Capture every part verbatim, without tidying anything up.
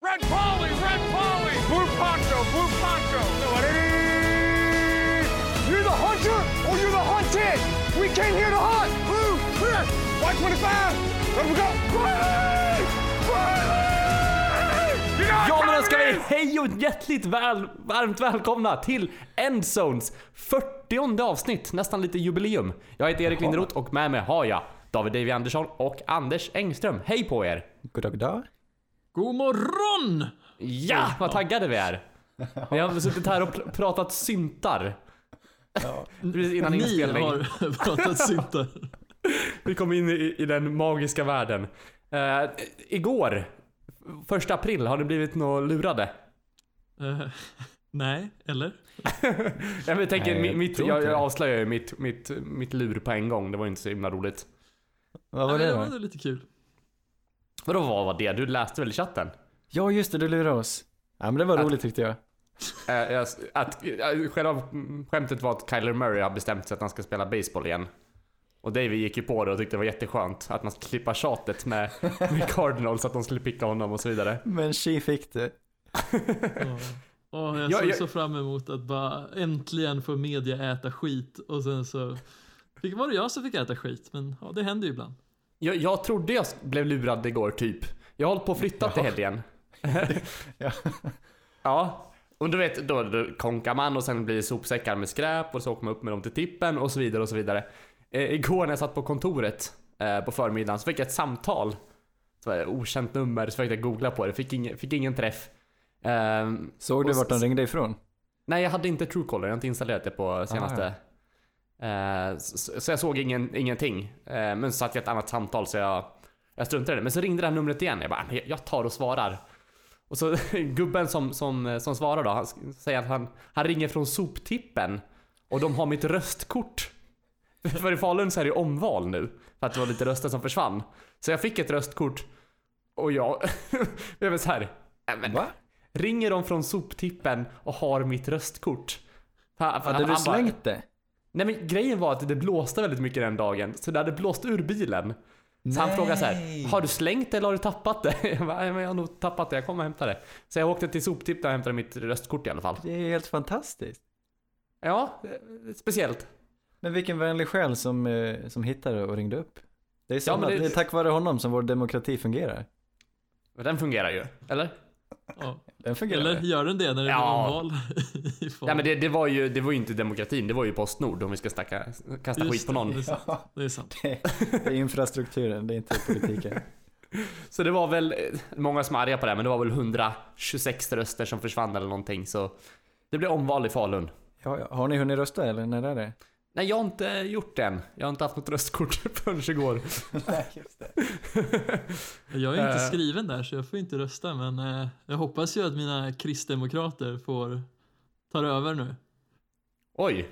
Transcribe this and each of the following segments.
Red Polly, Red Polly! Blue Poncho, Blue Poncho! You're the hunter or you're the hunted! We came here to hunt! Blue, clear! Y twenty-five! Let we go! Riley! Riley! Ja, men då ska vi hej och hjärtligt väl, varmt välkomna till Endzones fyrtionde avsnitt, nästan lite jubileum. Jag heter Erik Linderoth och med mig har jag David Davy Andersson och Anders Engström. Hej på er! God dag, god dag. God morgon! Ja, vad taggade vi är. Vi har suttit här och pr- pratat syntar. Ja. Precis innan Ni inspelning. har pratat syntar. Vi kom in i, i den magiska världen. Uh, igår, första april, har det blivit något lurade? Uh, nej, eller? jag, men, tänker, Nej, jag mitt, tror jag, inte jag det. avslöjar ju mitt, mitt, mitt lur på en gång. Det var inte så himla roligt. Vad var Nej, det det då? var lite kul. Vadå, vad var det? Du läste väl i chatten? Ja, just det, du lurade oss. Ja, men det var Att- roligt tyckte jag. Uh, jag, att, uh, själva skämtet var att Kyler Murray har bestämt sig att han ska spela baseball igen. Och Davey gick ju på det och tyckte det var jätteskönt att man ska klippa tjatet med, med Cardinals, att de skulle picka honom och så vidare. Men she fick det. Ja. Och jag Ja, såg jag- så fram emot att bara äntligen få media äta skit. Och sen så fick, var det jag som fick äta skit. Men ja, det händer ju ibland. Jag, jag trodde jag blev lurad igår typ. Jag har hållit på att flytta till helgen. Ja. Ja. Och du vet, då, då konkar man och sen blir det sopsäckar med skräp och så åker man upp med dem till tippen och så vidare och så vidare. Eh, igår när jag satt på kontoret eh, på förmiddagen så fick jag ett samtal. Så var det okänt nummer, så fick jag googla på det. Fick ingen, fick ingen träff. Eh, Såg du och vart de s- ringde ifrån? Nej, jag hade inte Truecaller, jag har inte installerat det på senaste. Eh, så, så jag såg ingen, ingenting. Eh, men så satt jag ett annat samtal så jag, jag struntade i det. Men så ringde det här numret igen. Jag bara, "Men jag- jag tar och svarar. Och så gubben som, som, som svarar då, han säger att han, han ringer från soptippen. Och de har mitt röstkort. För i Falun så är det omval nu. För att det var lite röster som försvann. Så jag fick ett röstkort. Och jag, jag var så här, "Nej, men, Va? ringer de från soptippen och har mitt röstkort?" Han, Hade du slängt det? Nej, men grejen var att det blåste väldigt mycket den dagen. Så det hade blåst ur bilen. Så han frågade så här: har du slängt det eller har du tappat det? Jag bara, "Nej, men jag har nog tappat det, jag kommer och hämta det." Så jag åkte till soptippen och hämtade mitt röstkort i alla fall. Det är helt fantastiskt. Ja, eh, speciellt. Men vilken vänlig själ som, eh, som hittade och ringde upp. Det är, Ja, som men att det- det är tack vare honom som vår demokrati fungerar. Men den fungerar ju, eller? Ja. Den fungerar. Eller gör den det när det Ja. är omval? i Falun? Ja, men det, det, var ju, det var ju inte demokratin, det var ju Postnord om vi ska stacka, kasta Just skit på det, någon. Det är sant. Det är sant. Det är infrastrukturen, det är inte politiken. Så det var väl, eh, många som är arga på det här, men det var väl hundratjugosex röster som försvann eller någonting. Så det blev omval i Falun. Ja, ja. Har ni hunnit rösta eller när är det? Nej, jag har inte gjort det än. Jag har inte haft något röstkort förrän igår. Nej, just det. Jag är inte Eh. skriven där så jag får inte rösta. Men eh, jag hoppas ju att mina kristdemokrater får tar över nu. Oj.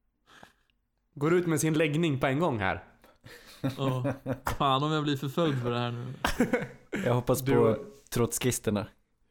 Går ut med sin läggning på en gång här. Ja. Fan om jag blir förföljd för det här nu. Jag hoppas Du- på trotskisterna.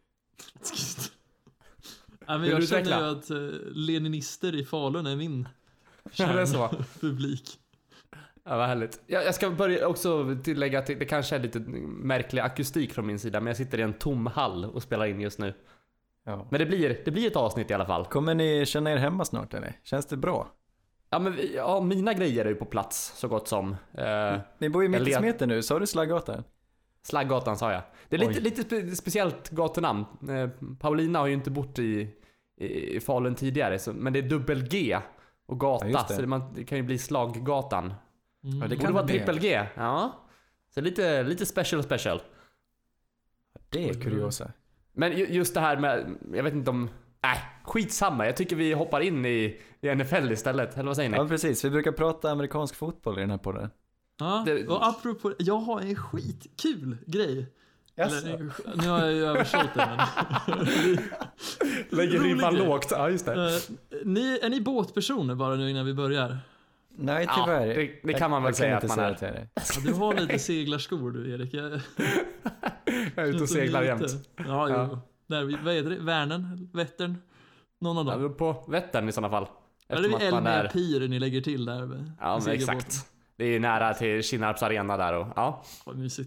Nej, men Vill jag du känner utveckla? ju att eh, leninister i Falun är min Ja, det är så. publik. Ja, vad härligt. Jag, jag ska börja också tillägga att det, det kanske är lite märklig akustik från min sida, men jag sitter i en tom hall och spelar in just nu. Ja. Men det blir, det blir ett avsnitt i alla fall. Kommer ni känna er hemma snart eller? Känns det bra? Ja, men vi, ja, mina grejer är ju på plats så gott som. Eh, Ni bor ju mitt Jag i led- smeten nu, sa du Slaggatan? Slaggatan sa jag. Det är lite, Oj. lite spe, speciellt gatunamn. Eh, Paulina har ju inte bott i, i, i Falun tidigare, så, men det är dubbel G och gata, Ja, just det. så det, man, det kan ju bli Slaggatan. Mm. Ja, det Det kan borde vara bli. trippel G. Ja. Så lite, lite special special. Det är kuriosa. Men ju- just det här med, jag vet inte om, nej, skitsamma. Jag tycker vi hoppar in i, i N F L istället. Eller vad säger ni? Ja, precis. Vi brukar prata amerikansk fotboll i den här podden. Ja, Det- och apropå, jag har en skitkul grej. Jaså? Eller, nu har jag ju översålt det, men... Lägger rolig ribban grej. lågt. Ja, just det. Eh, ni, är ni båtpersoner bara nu innan vi börjar? Nej, Ja, tyvärr. det, det kan man väl jag, säga jag att kan man inte är. säga Ja, du har lite seglarskor du, Erik. Jag, Jag är ute och seglar lite- jämt. Ja, Ja. jo. Där, vad heter det? Värnen? Vättern? Någon av Ja, dem. det är på Vättern i sådana fall. Eller är det Eftersom att man Elmia är, Pir ni lägger till där? med ja, men segelbåten? exakt. Det är ju nära till Kinnarps arena där och ja. Vad mysigt.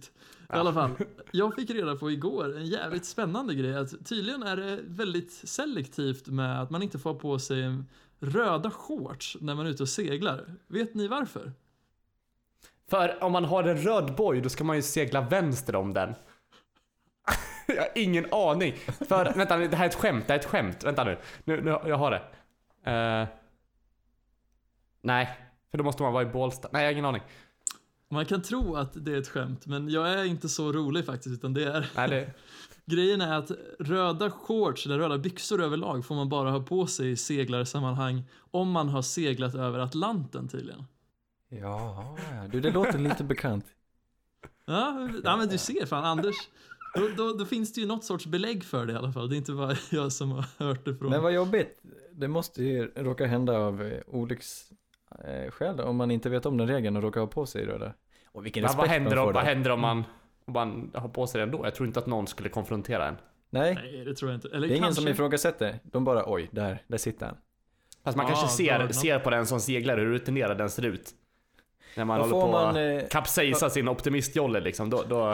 I alla fall, jag fick reda på igår en jävligt spännande grej. Att tydligen är det väldigt selektivt med att man inte får på sig röda shorts när man är ute och seglar. Vet ni varför? För om man har en röd boj, då ska man ju segla vänster om den. Jag har ingen aning. För, vänta, det här är ett skämt, det här är ett skämt. Vänta nu, nu, nu jag har det. Uh, nej, för då måste man vara i Bålsta. Nej, jag har ingen aning. Man kan tro att det är ett skämt, men jag är inte så rolig faktiskt, utan det är... Nej, det... Grejen är att röda shorts eller röda byxor överlag får man bara ha på sig i seglarsammanhang om man har seglat över Atlanten tydligen. Ja, du, det låter lite bekant. Ja, ja men du ser fan, Anders. Då, då, då finns det ju något sorts belägg för det i alla fall. Det är inte bara jag som har hört det från... Men vad jobbigt. Det måste ju råka hända av eh, olycksskäl om man inte vet om den regeln och råkar ha på sig röda. Och vilken Men respekt vad händer, man får om, vad där. händer om man, om man har på sig den då? Jag tror inte att någon skulle konfrontera en. Nej, Nej, det tror jag inte. Eller det är ingen kanske... som ifrågasätter. De bara, oj, där, där sitter han. Fast man Ah, kanske ser, bra. ser på den som seglar hur rutinerad den ser ut. När man Då håller får på man, att eh, kapsejsa sin optimistjolle liksom. Då, då...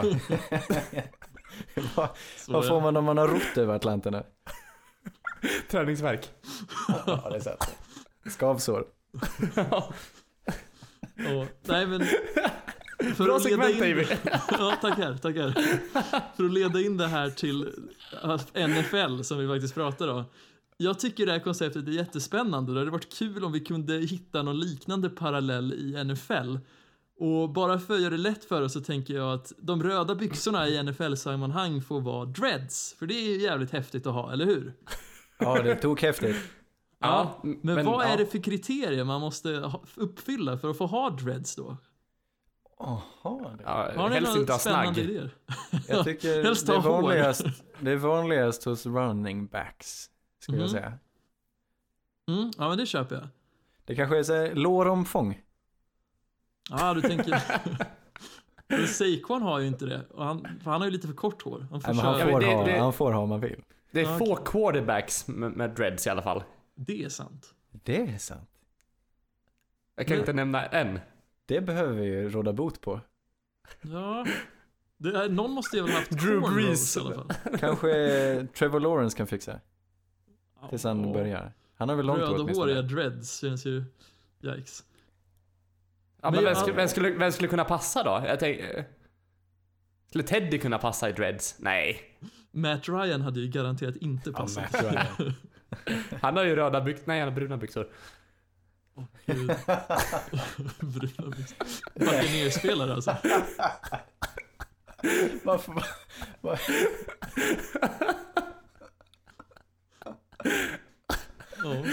vad, Så vad är får det. man om man har rott över Atlanten där? Träningsverk. Ja, det är sant. Skavsår. Ja, nej men... För Bra att leda segment, in... David. Ja, tackar, tackar. För att leda in det här till N F L som vi faktiskt pratar om. Jag tycker det här konceptet är jättespännande. Det hade varit kul om vi kunde hitta någon liknande parallell i N F L. Och bara för att göra det lätt för oss så tänker jag att de röda byxorna i N F L-sammanhang får vara dreads. För det är ju jävligt häftigt att ha, eller hur? Ja, det tog häftigt. Ja, men, men, vad ja. är det för kriterier man måste ha- uppfylla för att få ha dreads då? Jaha, det- Ja, Har ni helst några inte ha spännande snagg. idéer? jag tycker helst det är, ha hår. vanligast, det är vanligast hos running backs, skulle jag Mhm. säga. Mm, ja, men det köper jag. Det kanske är så här, låromfång. Ja, du tänker... Men Saquon har ju inte det. Och han, för han har ju lite för kort hår. Han får Nej, men han, köra... får det- ha, det- han får ha om man vill. Det är Ja, få quarterbacks med, med dreads i alla fall. Det är sant. Det är sant. Jag kan Men- inte nämna en. Det behöver vi ju råda bot på. Ja. Det är, någon måste ju väl ha haft Drew cornrows Brees. i alla fall. Kanske Trevor Lawrence kan fixa tills han Ja. börjar. Han har väl långt hår Rödhåriga åtminstone. dreads känns ju... Yikes. Ja, men Men vem, jag- skulle, vem, skulle, vem skulle kunna passa då? Jag tänker... Skulle Teddy kunna passa i dreads? Nej. Matt Ryan hade ju garanterat inte Ja, passat. Matt Ryan. Han har ju röda byxor. Nej, han har bruna byxor. Gud. Bruna byxor. Buccaneers-spelare alltså. Varför? var- Ja.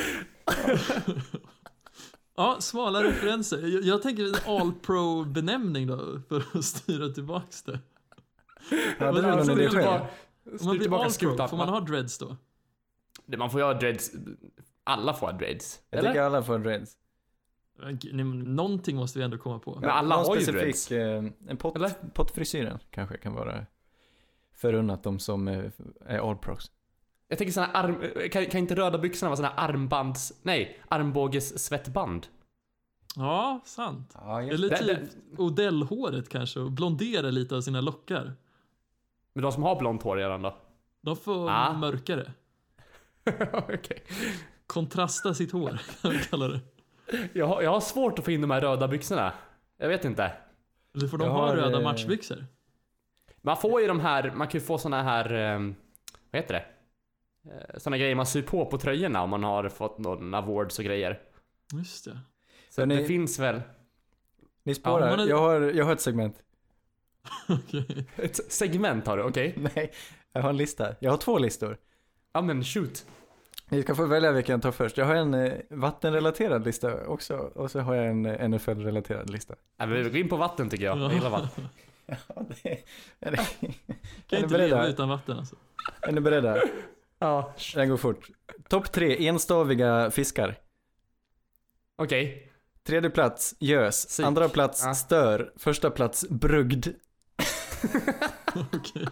Ja, smala referenser. Jag, jag tänker en all-pro-benämning då, för att styra tillbaks det. Hade du Men någon alltså, idé det är själv? bara- Om man blir tillbaka all-pro, skutan. får man ha dreads då? Det- Man får ju ha dreads. Alla får ha dreads. Jag Eller? tycker alla får dreads. Men gud, nej, men Någonting måste vi ändå komma på. Men alla Någon har ju specifik, eh, en pott, Eller? pottfrisyren kanske kan vara förunnat de som eh, är all-pros. Jag tänker såna här arm... Kan, kan inte röda byxorna vara såna här armbands... Nej, armbåges svettband? Ja, sant. Ja, Eller Det- typ det- Odell-håret kanske, och blondera lite av sina lockar. Men de som har blont hår redan då? De får Ah. mörka det. Okej. Kontrasta sitt hår, kan vi kalla det. Jag, har- jag har svårt att få in de här röda byxorna. Jag vet inte. Eller får de Jag ha har, röda eh, Man matchbyxor? får ju de här... Man kan ju få såna här... ehm, vad heter det? Eh, Såna grejer man syr på på tröjorna om man har fått någon awards och grejer. Just det. Så Men det ni- finns väl... Ni spårar, Ja, man är- jag, har, jag har ett segment. Okej. Ett segment har du, okej? Nej, jag har en lista. Jag har två listor. Ja men shoot. Ni ska få välja vilken jag tar först. Jag har en eh, vattenrelaterad lista också och så har jag en eh, N F L-relaterad lista. Ja, vi går in på vatten tycker jag. Jag gillar vatten. Ja, det, är, det, Kan är ni inte leva beredda? utan vatten alltså. Är ni beredda? Ja. Den går fort. Topp tre enstaviga fiskar. Okej. Tredje plats, gös. Sik. Andra plats, Ja. stör. Första plats, brugd. Okej.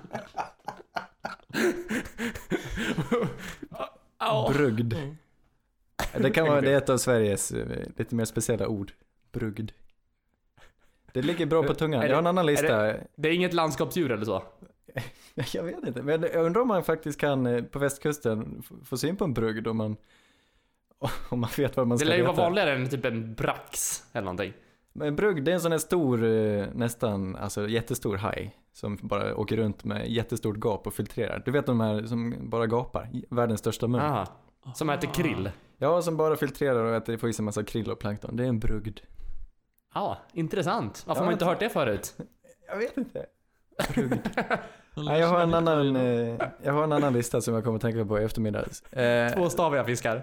Ja. Brugd. Ja. Det kan vara det är ett av Sveriges eh, lite mer speciella ord. Brugd. Det ligger bra på tungan. Är Jag har en det- annan lista. Det, det är inget landskapsdjur eller så? Jag vet inte, men jag undrar om man faktiskt kan eh, på västkusten f- få syn på en brugd om man, om man vet vad man Det ska lär ju leta. vara vanligare än typ en brax eller någonting. Men en brugd, det är en sån här stor, eh, nästan, alltså jättestor haj som bara åker runt med jättestort gap och filtrerar. Du vet de här som bara gapar, världens största mun. Aha. Som äter krill. Ja, som bara filtrerar och äter, får i sig en massa krill och plankton. Det är en brugd. Ja, intressant. Varför Ja, har man inte men- hört det förut? Jag vet inte. Brugd. Nej, jag har en annan, eh, jag har en annan lista som jag kommer att tänka på i eftermiddags. Eh, Tvåstaviga fiskar.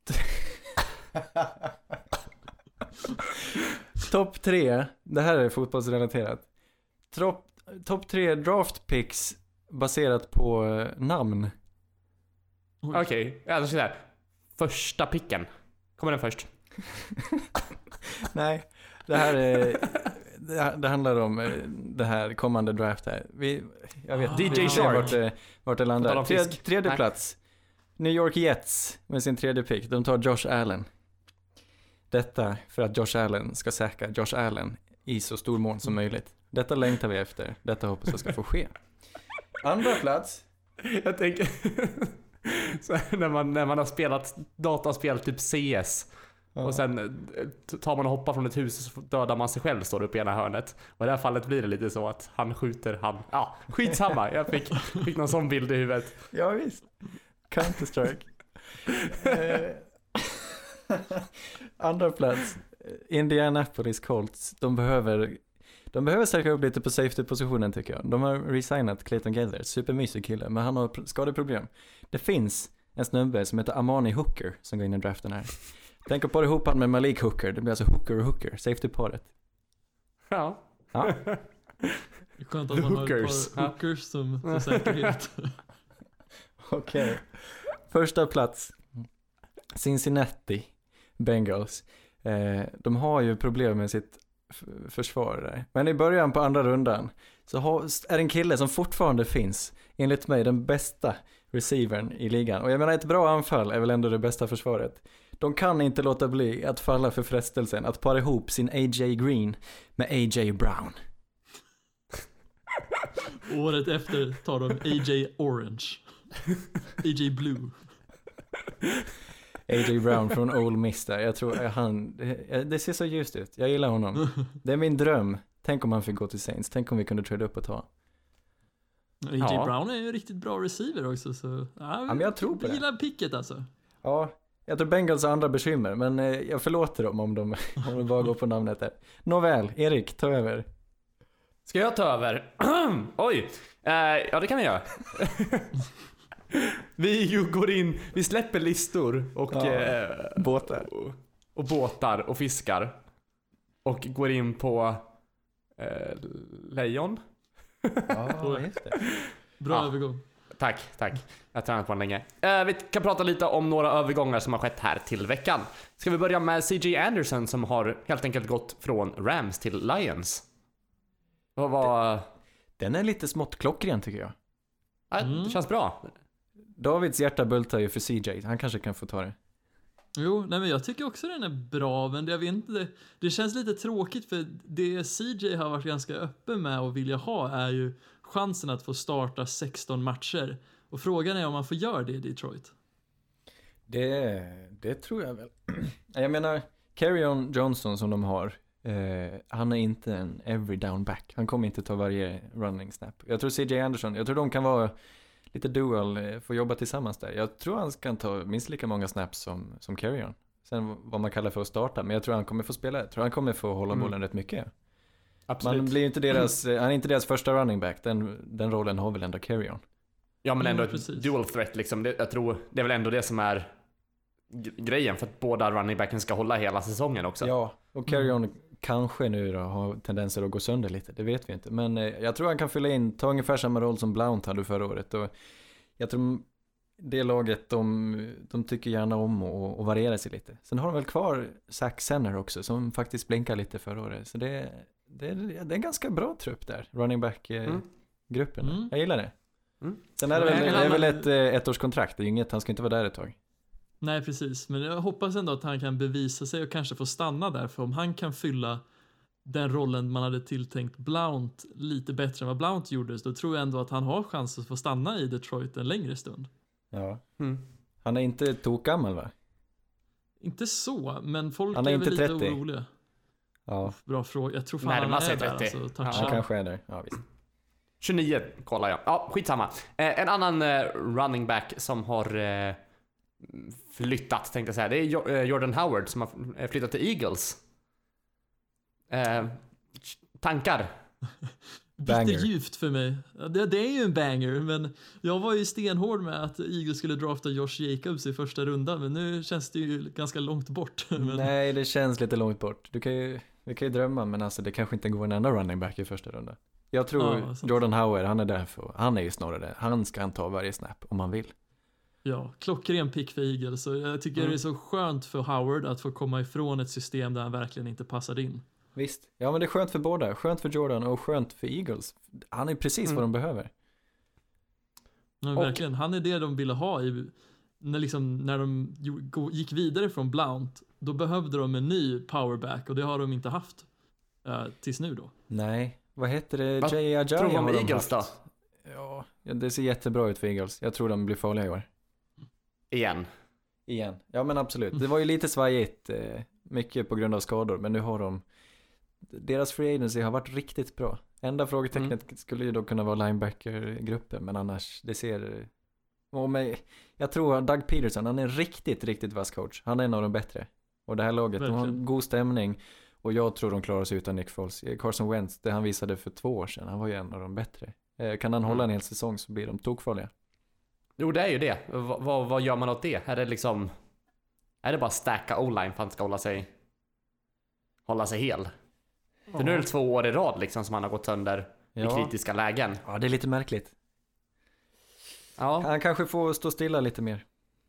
Topp tre, det här är fotbollsrelaterat. Topp top tre draft picks baserat på eh, namn. Oj. Okej, okay. alltså sådär. Första picken. Kommer den först? Nej, det här är, det, här- det handlar om eh, det här kommande draft här. Vi, jag vet D J vi får se Shark. vart det, vart det På tal landar. om Tre, fisk. tredje Nej. plats. New York Jets med sin tredje pick. De tar Josh Allen. Detta för att Josh Allen ska säkra Josh Allen i så stor mån som möjligt. Detta längtar vi efter. Detta hoppas jag ska få ske. Andra plats. Jag tänker... så här, när, man, när man har spelat dataspel typ C S. Ja. Och sen eh, tar man och hoppar från ett hus och så dödar man sig själv, står det uppe i ena hörnet. Och i det här fallet blir det lite så att han skjuter han. Ja, skitsamma. Jag fick, fick någon sån bild i huvudet. Ja visst. Counter-Strike. Eh, Andra plats. Indianapolis Colts. De behöver de behöver stärka upp lite på safety-positionen tycker jag. De har resignat Clayton Geller. Supermysig kille, men han har pr- skadeproblem. Det finns en snubbe som heter Amani Hooker som går in i draften här. Tänk på det ihop han med Malik Hooker. Det blir alltså Hooker och Hooker. Safety-paret. Ja. Ja. Det är skönt The att man hookers. har ett par hookers som för säkerhet. Okej. Första plats. Cincinnati Bengals. Eh, de har ju problem med sitt f- försvar där. Men i början på andra rundan så har, är det en kille som fortfarande finns, enligt mig den bästa receivern i ligan. Och jag menar, ett bra anfall är väl ändå det bästa försvaret. De kan inte låta bli att falla för frestelsen att para ihop sin A J Green med A J Brown. Året efter tar de A J Orange. A J Blue. A J Brown från Ole Miss där. Jag tror han, det, det ser så ljust ut. Jag gillar honom. Det är min dröm. Tänk om han fick gå till Saints. Tänk om vi kunde trade upp och ta. A J Ja. Brown är ju en riktigt bra receiver också. Så, ja, men jag tror på det. gillar picket alltså. Ja, jag tror Bengals har andra bekymmer, men eh, jag förlåter dem om de, om de bara går på namnet där. Nåväl, Erik, ta över. Ska jag ta över? Oj. Eh, ja, det kan vi göra. Vi ju går in, vi släpper listor och, Ja. eh, Båtar. och, och båtar och fiskar. Och går in på eh, lejon. Ja, just det. Bra Ja. övergång. Tack, tack. Jag har tränat på den länge. Eh, vi kan prata lite om några övergångar som har skett här till veckan. Ska vi börja med C J Anderson som har helt enkelt gått från Rams till Lions. Vad var... Den är lite smått klockren tycker jag. Ja, Mm. det känns bra. Davids hjärta bultar ju för C J. Han kanske kan få ta det. Jo, nej men jag tycker också den är bra, men jag vet inte, det, det känns lite tråkigt för det C J har varit ganska öppen med och vilja ha är ju chansen att få starta sexton matcher. Och frågan är om man får göra det i Detroit. Det, det tror jag väl. Jag menar, Kerryon Johnson som de har, eh, han är inte en every down back. Han kommer inte ta varje running snap. Jag tror C J Anderson, jag tror de kan vara lite dual, eh, få jobba tillsammans där. Jag tror han kan ta minst lika många snaps som, som Kerryon. Sen vad man kallar för att starta, men jag tror han kommer få spela. Jag tror han kommer få hålla bollen Mm. rätt mycket. Absolut. Man blir ju inte deras, han är inte deras första running back. Den, den rollen har väl ändå Kerryon. Ja, men ändå Mm, ett precis. dual threat liksom. Det, jag tror det är väl ändå det som är g- grejen för att båda running backen ska hålla hela säsongen också. Ja, och Kerryon mm. kanske nu då har tendenser att gå sönder lite, det vet vi inte. Men eh, jag tror han kan fylla in, ta ungefär samma roll som Blount hade förra året. Och jag tror det laget, de, de tycker gärna om att, att variera sig lite. Sen har de väl kvar Zach Zenner också, som faktiskt blinkar lite förra året. Så det, det, det är en ganska bra trupp där, running back-gruppen. Mm. Mm. Jag gillar det. Mm. Sen är det Ja, väl, men det är han- väl ett eh, ettårskontrakt, det är ju inget, han ska inte vara där ett tag. Nej, precis. Men jag hoppas ändå att han kan bevisa sig och kanske få stanna där. För om han kan fylla den rollen man hade tilltänkt Blount lite bättre än vad Blount gjorde, så då tror jag ändå att han har chans att få stanna i Detroit en längre stund. Ja. Mm. Han är inte tokgammal, va? Inte så, men folk Han är är, inte väl lite trettio. oroliga. Ja, Bra fråga. Jag tror fan Närmar han sig är där, trettio. alltså, Ja. han touchar. kanske är där. Ja, visst. tjugonio kollar jag. Ja, skitsamma. Eh, en annan eh, running back som har eh, flyttat, tänkte jag säga. Det är jo- eh, Jordan Howard som har f- flyttat till Eagles. Eh, tankar? Banger. Bitterljuvt för mig. Ja, Det, det är ju en banger, men jag var ju stenhård med att Eagles skulle drafta Josh Jacobs i första rundan, men nu känns det ju ganska långt bort. Men, Nej, det känns lite långt bort. Du kan ju, vi kan ju drömma, men alltså det kanske inte går en enda running back i första rundan. Jag tror Ja, sant. Jordan Howard, han är där för, han är ju snarare, han ska han ta varje snap om man vill. ja, klockren pick för Eagles, så jag tycker Mm. det är så skönt för Howard att få komma ifrån ett system där han verkligen inte passade in. Visst. Ja, men det är skönt för båda. Skönt för Jordan och skönt för Eagles. Han är precis Mm. vad de behöver. Men Och- verkligen, han är det de ville ha i, när, liksom, när de jo- gå- gick vidare från Blount, då behövde de en ny powerback och det har de inte haft uh, tills nu då. Nej, vad heter det? Vad Jay Ajayi Tror du om har de Eagles haft. då? Ja, ja, det ser jättebra ut för Eagles. Jag tror de blir farliga i år. Igen. Igen. Ja, men absolut. Mm. Det var ju lite svajigt, eh, mycket på grund av skador, men nu har de, deras free agency har varit riktigt bra. Enda frågetecknet Mm. skulle ju då kunna vara linebacker-gruppen, men annars, det ser, och med, jag tror att Doug Peterson, han är en riktigt, riktigt vass coach. Han är en av de bättre. Och det här laget, de har en Verkligen. god stämning, och jag tror de klarar sig utan Nick Foles. Carson Wentz, det han visade för två år sedan, han var ju en av de bättre. Eh, kan han hålla en hel säsong så blir de tokfarliga. Jo, det är ju det. V- vad- vad gör man åt det? Är det liksom... Är det bara stacka O-line för att han ska hålla sig... Hålla sig hel? För nu är det två år i rad liksom som han har gått sönder i Ja. kritiska lägen. Ja, det är lite märkligt. Ja. Han kanske får stå stilla lite mer.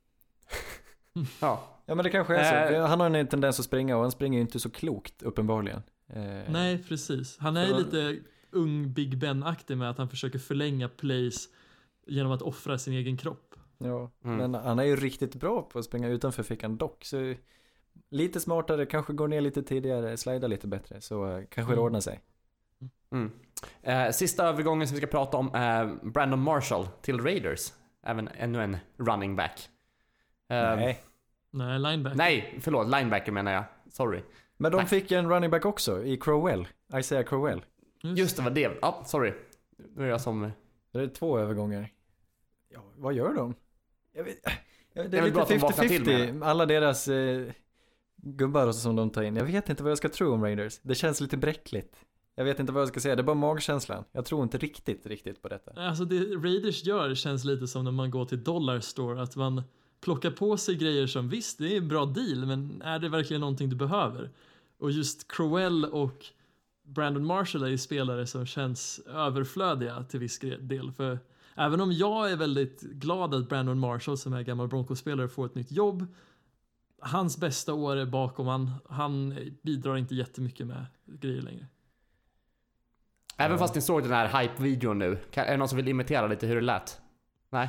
ja. Ja, men det kanske är så. Eh. Han har en tendens att springa, och han springer ju inte så klokt uppenbarligen. Eh, Nej, precis. Han är ju Så- lite ung Big Ben-aktig med att han försöker förlänga plays genom att offra sin egen kropp. Ja, Mm. men han är ju riktigt bra på att springa utanför fickan dock. Så lite smartare, kanske går ner lite tidigare, slida lite bättre. Så eh, kanske det Mm. ordnar sig. Mm. Eh, sista övergången som vi ska prata om är Brandon Marshall till Raiders. Även ännu en running back. Eh, Nej. Nej, linebacker. Nej, förlåt. Linebacker menar jag. Sorry. Men de Nej. fick en running back också i Crowell. Isaiah Crowell. Just det, var det. Ja, sorry. Nu är jag som... Det är två övergångar. Ja, vad gör de? Jag vet, jag vet, det är är väl bra lite att de vaknar till fifty-fifty. med Alla deras eh, gubbar som de tar in. Jag vet inte vad jag ska tro om Raiders. Det känns lite bräckligt. Jag vet inte vad jag ska säga. Det är bara magkänslan. Jag tror inte riktigt, riktigt på detta. Alltså det Raiders gör känns lite som när man går till Dollar Store, att man plockar på sig grejer som visst, det är en bra deal, men är det verkligen någonting du behöver? Och just Crowell och Brandon Marshall är ju spelare som känns överflödiga till viss gre- del. För även om jag är väldigt glad att Brandon Marshall som är gammal Broncos-spelare får ett nytt jobb, hans bästa år är bakom han. Han bidrar inte jättemycket med grejer längre. Även Ja. fast ni såg den här hype-videon nu. Kan, är det någon som vill imitera lite hur det lät? Nej?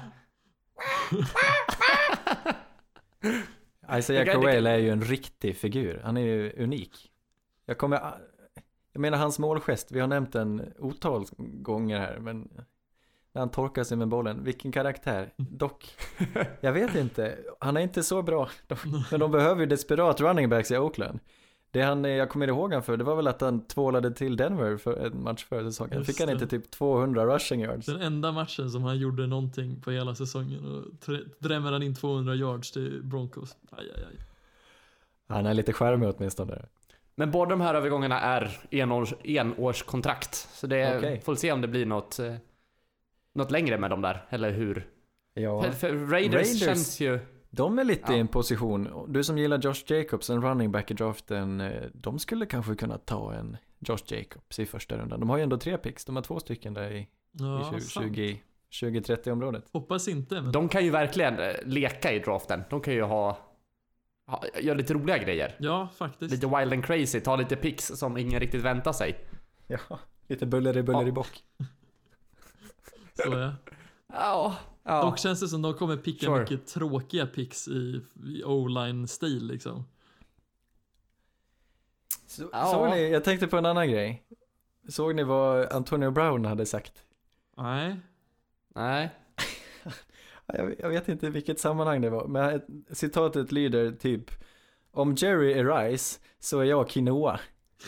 Isaiah Jag kan- Crowell är ju en riktig figur. Han är ju unik. Jag kommer... Jag menar hans målgest. Vi har nämnt den otal gånger här, men... När han torkar sig med bollen. Vilken karaktär. Dock. Jag vet inte. Han är inte så bra. De, men de behöver ju desperat running backs i Oakland. Det han, jag kommer ihåg han för, det var väl att han tvålade till Denver för en match före säsongen. Just Fick han det. inte typ tvåhundra rushing yards? Den enda matchen som han gjorde någonting på hela säsongen, och tre- drämmer han in tvåhundra yards till Broncos. Aj, aj, aj. Han är lite charmig åtminstone. Men båda de här övergångarna är enårs, enårskontrakt. Så det Okej. får se om det blir något, eh, något längre med dem där. Eller hur? Ja. För, för Raiders, Raiders- känns ju... De är lite Ja. i en position, du som gillar Josh Jacobs, en running back i draften, eh, de skulle kanske kunna ta en Josh Jacobs i första rundan. De har ju ändå tre picks, de har två stycken där i, Ja, i sant. tjugo trettio området. Hoppas inte, men De kan ju verkligen eh, leka i draften. De kan ju ha... ha göra lite roliga grejer. ja, faktiskt. Lite wild and crazy. Ta lite picks som ingen riktigt väntar sig. Ja, lite buller i buller Ja. i bock. Så ja. Ja. ja. Dock känns det som de kommer picka Sure. mycket tråkiga picks i, i O-line-stil liksom. Så, Ja. Såg ni, jag tänkte på en annan grej. Såg ni vad Antonio Brown hade sagt? Nej. Nej. Jag, jag vet inte vilket sammanhang det var, men citatet lyder typ: om Jerry är rice så är jag quinoa.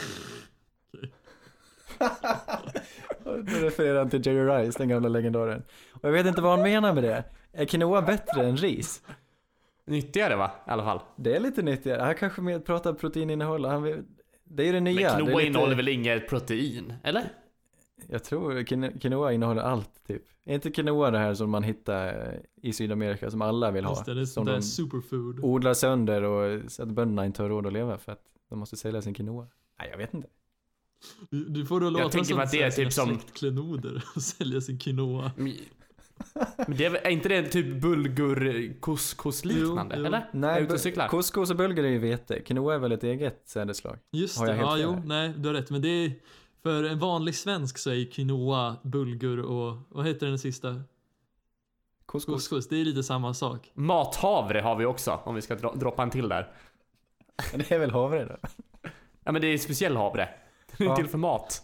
Då refererar han till Jerry Rice, den gamla legendaren. Och jag vet inte vad han menar med det. Är quinoa bättre än ris? Nyttigare va, i alla fall. Det är lite nyttigare. Han kanske mer pratar proteininnehåll. Han vill... Det är ju det nya. Men Det quinoa är lite... innehåller väl inget protein, eller? Jag tror quin- quinoa innehåller allt typ. Är inte quinoa det här som man hittar i Sydamerika som alla vill ha? Just det, det är som sånt där de superfood. odlar sönder och så att bönderna inte har råd att leva för att de måste sälja sin quinoa. Nej, jag vet inte. Du, du får då låta tänker mig att det är typ som- släktklenoder och sälja sin quinoa. Men det är, väl- är inte det typ bulgur couscous liknande, Jo, jo. eller? Nej, jag är ute och bu- cyklar. couscous och bulgur är ju vete. Quinoa är väl ett eget sädesslag? Just Har det, jag helt ja fel jo, här? nej du har rätt. Men det är, för en vanlig svensk så är ju quinoa, bulgur och, vad heter den sista? Couscous. Couscous, det är lite samma sak. Mathavre har vi också, om vi ska dro- droppa en till där. Det är väl havre då? Ja men det är speciell havre. Det är Ja. till för mat.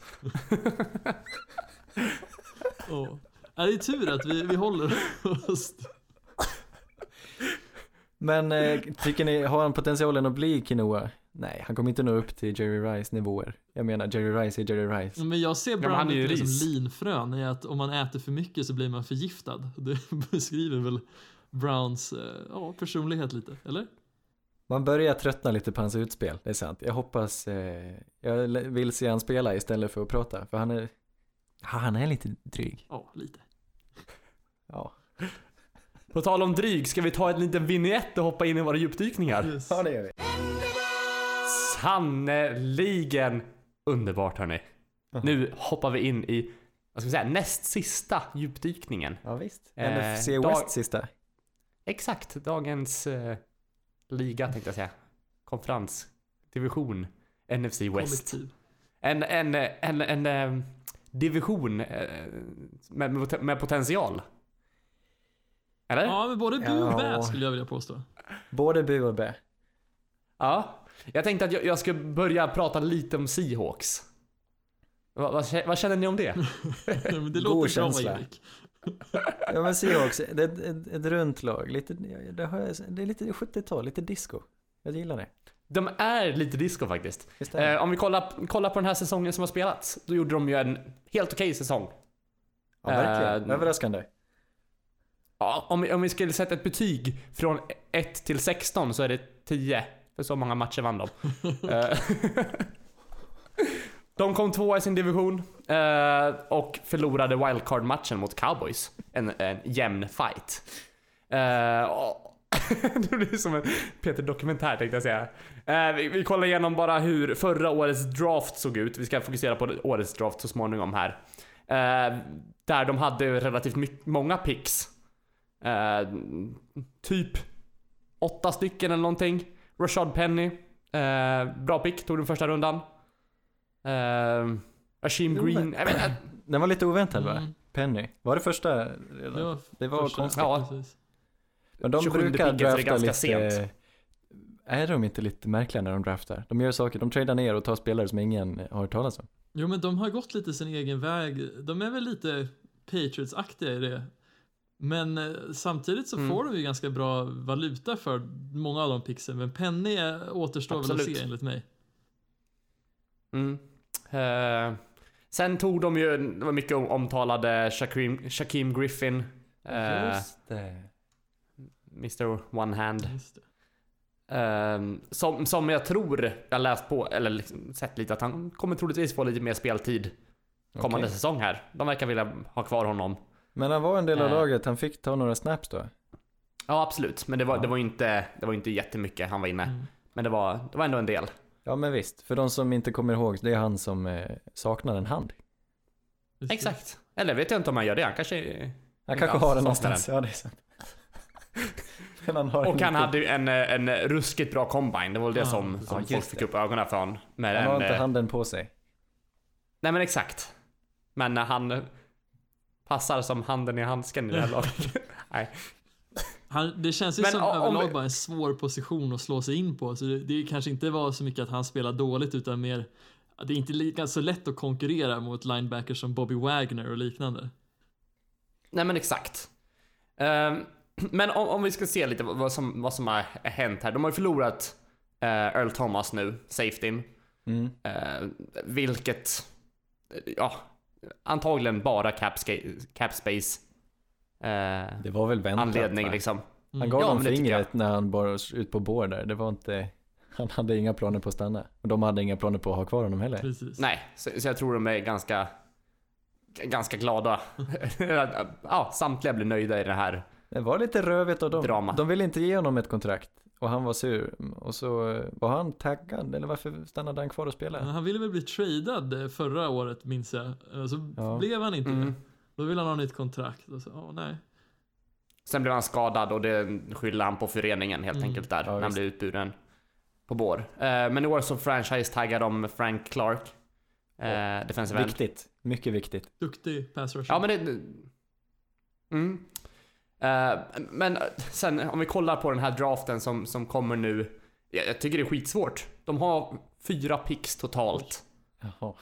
Oh. Ja, det är tur att vi, vi håller oss. Men eh, tycker ni, har han potentialen att bli quinoa? Nej, han kommer inte nå upp till Jerry Rice nivåer. Jag menar, Jerry Rice är Jerry Rice. Men jag ser men Brown han är ju lite ris. som linfrön i att om man äter för mycket så blir man förgiftad. Det beskriver väl Browns eh, ja, personlighet lite, eller? Man börjar tröttna lite på hans utspel, det är sant. Jag hoppas, eh, jag vill se han spela istället för att prata. För han är, ja, han är lite dryg. Ja, lite. Ja, På tal om dryg, ska vi ta en liten vignett och hoppa in i våra djupdykningar? Yes. ja det gör vi. Sannerligen underbart hörni. Nu hoppar vi in i, vad ska vi säga, näst sista djupdykningen. Ja visst. Eh, N F C dag- West sista. Exakt, dagens eh, liga tänkte jag säga. Konferens, division, N F C West. Kollektiv. En, en, en, en, en division eh, med, med potential. Eller? Ja, men både bu och Ja. bä skulle jag vilja påstå. Både bu och bä. Ja. Jag tänkte att jag, jag ska börja prata lite om Seahawks. Va, vad, kä- vad känner ni om det? Men det God låter bra, känsla. Erik. Ja men Seahawks, det är ett, ett, ett runt lag. Lite, det, har, det är lite sjuttiotal, lite disco. Jag gillar det. De är lite disco faktiskt. Visst är det? Eh, om vi kollar, kollar på den här säsongen som har spelats, då gjorde de ju en helt okej säsong. Ja, verkligen. eh, Överraskande. Ja, om, vi, om vi skulle sätta ett betyg från ett till sexton så är det tio. För så många matcher vann de. Eh, de kom två i sin division eh, och förlorade wildcard-matchen mot Cowboys. En, en jämn fight. Eh, och det blir som en Peter Dokumentär tänkte jag säga. Eh, vi, vi kollar igenom bara hur förra årets draft såg ut. Vi ska fokusera på årets draft så småningom här. Eh, där de hade relativt mycket, många picks. Eh, typ åtta stycken eller någonting. Rashad Penny, eh, bra pick, tog den första rundan. Eh, Ashim Jo, Green, men- jag vet inte. Den var lite oväntad va? Mm. Penny. Var det första redan? Det var, Det var första. konstigt. Ja. Precis. Men de tjugosjunde brukar picket, så det är drafta ganska lite... sent. Är de inte lite märkliga när de draftar? De gör saker, de tradar ner och tar spelare som ingen har hört talas om. Jo, men de har gått lite sin egen väg. De är väl lite Patriots-aktiga i det. Men eh, samtidigt så Mm. får de ju ganska bra valuta för många av de picksen. Men Penny eh, återstår väl att Absolut. se enligt mig. Mm. Eh, sen tog de ju, det var mycket om- omtalade Shaquem, Shaquem Griffin. Eh, Just det. mister One Hand. Just det. Um, som, som jag tror jag läst på eller liksom sett lite att han kommer troligtvis få lite mer speltid kommande Okej. säsong här. De verkar vilja ha kvar honom. Men han var en del av Eh. laget, han fick ta några snaps då. Ja absolut, men det var, Ja. det var inte det var inte jättemycket han var inne. Mm. Men det var, det var ändå en del. Ja men visst, för de som inte kommer ihåg, det är han som eh, saknar en hand. Just det. Exakt. Eller vet jag inte om han gör det. Han kanske Han Inte kanske alls har den saknar någonstans, ja det är sant. Men han har Och en han liten- hade ju en, en ruskigt bra combine. Det var väl det Ja, som, precis. som Ja, folk just fick det. upp ögonen för honom. Med Han en, har inte eh, handen på sig. Nej men exakt. Men han passar som handen i handsken i det här laget. Nej. Han, det känns ju Men som om- överlag bara en svår position att slå sig in på. Så det, det kanske inte var så mycket att han spelar dåligt, utan mer det är inte lika så lätt att konkurrera mot linebackers som Bobby Wagner och liknande. Nej men exakt. Ehm, men om, om vi ska se lite vad som, vad som har hänt här. De har ju förlorat uh, Earl Thomas nu, safetyn. Mm. Uh, vilket, ja, antagligen bara cap, ska- cap space uh, Det var väl väntat, anledning va? liksom. Han gav Ja, dem men det tycker fingret när han bar ut på bord där. Det var inte... Han hade inga planer på att stanna. Och de hade inga planer på att ha kvar honom heller. Precis. Nej, så, så jag tror de är ganska ganska glada. Ja, samtliga blir nöjda i det här. Det var lite rövigt av dem. Drama. De ville inte ge honom ett kontrakt. Och han var sur. Och så var han taggad. Eller varför stannade han kvar och spelade? Han ville väl bli tradad förra året, minns jag. Så Ja. blev han inte Mm. det. Då ville han ha nytt kontrakt. Och så, åh nej. Sen blev han skadad och det skyller han på föreningen helt Mm. enkelt där. Ja, när han visst. blev utburen på bår. Eh, men i år så franchise-taggar de Frank Clark. Eh, defensive end. Viktigt. Mycket viktigt. Duktig pass rusher. Ja men det... Mm. Eh, men sen om vi kollar på den här draften som, som kommer nu. Jag, jag tycker det är skitsvårt. De har fyra picks totalt. Jaha.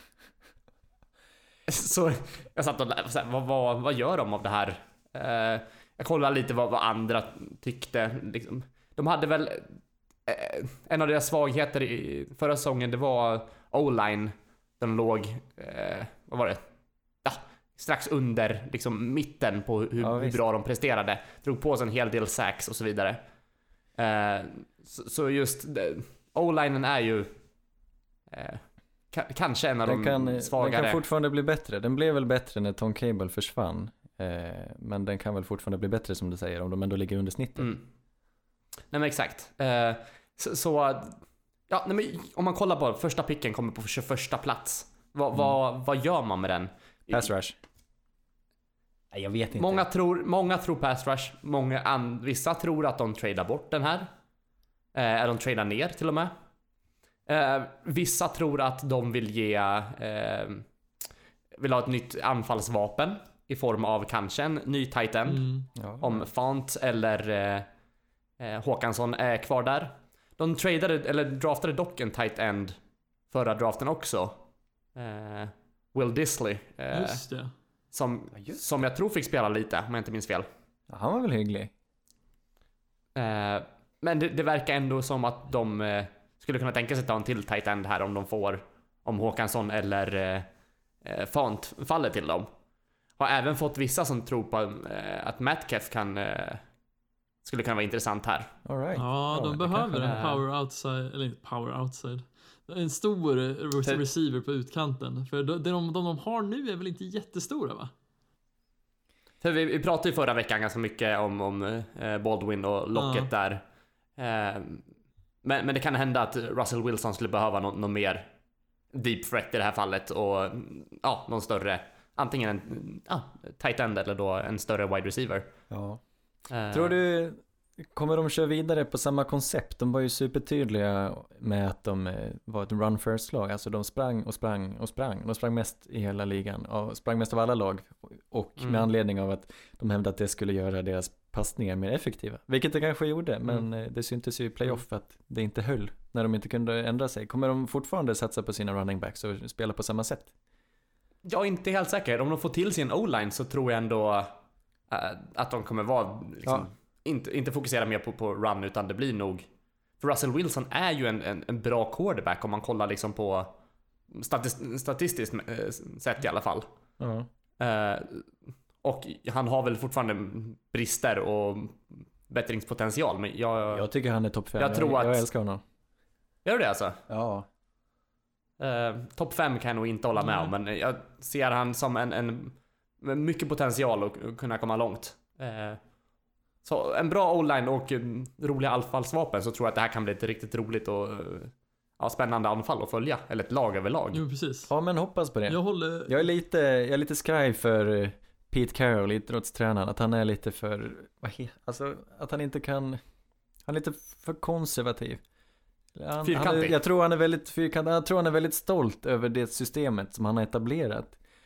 Så jag satt och lä- så här, vad, vad, vad gör de av det här? Eh, jag kollade lite vad, vad andra tyckte. Liksom. De hade väl eh, en av deras svagheter i förra säsongen, det var O-line. Den låg, eh, vad var det? Ja, strax under liksom mitten på hur, Ja, hur visst. bra de presterade. Drog på sig en hel del sacks och så vidare. Eh, så, så just eh, O-linen är ju eh, ka- kanske en av Den de kan, den svagare. kan fortfarande bli bättre. Den blev väl bättre när Tom Cable försvann. Eh, men den kan väl fortfarande bli bättre som du säger. Om de ändå ligger under snittet. Mm. Nej men exakt. Eh, så, så ja, nej, men om man kollar på första picken kommer på tjugoförsta plats. Va, Mm. vad, vad gör man med den? Pass rush. Nej, jag vet inte. Många tror, många tror pass rush. Många an, vissa tror att de tradar bort den här. Eh, eller de tradar ner till och med. Eh, vissa tror att de vill ge eh, vill ha ett nytt anfallsvapen i form av kanske en ny tight end. Mm. Ja. Om Fant eller eh, eh, Håkansson är kvar där. De tradade, eller draftade dock en tight end förra draften också. Eh, Will Disley. Eh, Just det. som, Ja, just som jag tror fick spela lite, om jag inte minns fel. Ja, han var väl hygglig. Eh, men det, det verkar ändå som att de eh, skulle kunna tänka sig att ta en till tight end här om de får, om Håkansson eller eh, eh, Fant faller till dem. Har även fått vissa som tror på eh, att Metcalf kan eh, skulle kunna vara intressant här. All right. Ja, de det behöver kanske- en power outside, eller inte power outside. En stor eh, För- receiver på utkanten. För de, de, de de har nu är väl inte jättestora, va? För vi, vi pratade ju förra veckan ganska mycket om, om eh, Baldwin och Lockett där. Eh, men, men det kan hända att Russell Wilson skulle behöva någon, någon mer deep threat i det här fallet. Och ja, någon större, antingen en ja, tight end eller då en större wide receiver. Ja. Eh, Tror du, kommer de köra vidare på samma koncept? De var ju supertydliga med att de eh, var ett run first lag. Alltså de sprang och sprang och sprang. De sprang mest i hela ligan. Och sprang mest av alla lag. Och Mm. med anledning av att de hävdade att det skulle göra deras passningar mer effektiva. Vilket det kanske gjorde. Men Mm. eh, det syntes ju i playoff att det inte höll. När de inte kunde ändra sig. Kommer de fortfarande satsa på sina running backs och spela på samma sätt? Jag är inte helt säker. Om de får till sin O-line så tror jag ändå eh, att de kommer vara liksom, Ja. inte, inte fokusera mer på, på run, utan det blir nog, för Russell Wilson är ju en, en, en bra quarterback om man kollar liksom på statist, statistiskt eh, sett i alla fall. Ja. Eh, och han har väl fortfarande brister och bättringspotential, men jag... Jag tycker han är topp fem. Jag tror jag, att- jag älskar honom. Gör du det alltså? Ja. Uh, Topp fem kan jag nog inte hålla med om, men jag ser han som en, en med mycket potential att kunna komma långt. Uh, så en bra O-line och um, roliga anfallsvapen, så tror jag att det här kan bli ett riktigt roligt och uh, ja, spännande anfall att följa, eller ett lag överlag. Jo, precis. Ja, men hoppas på det. Jag håller... Jag är lite, jag är lite skraj för eh, Pete Carroll, idrottstränaren, att han är lite för, vad he, alltså att han inte kan, han är lite för konservativ. Han, han är, Fyrkantig. jag tror han är väldigt fyrkantig, jag tror han är väldigt stolt över det systemet som han har etablerat.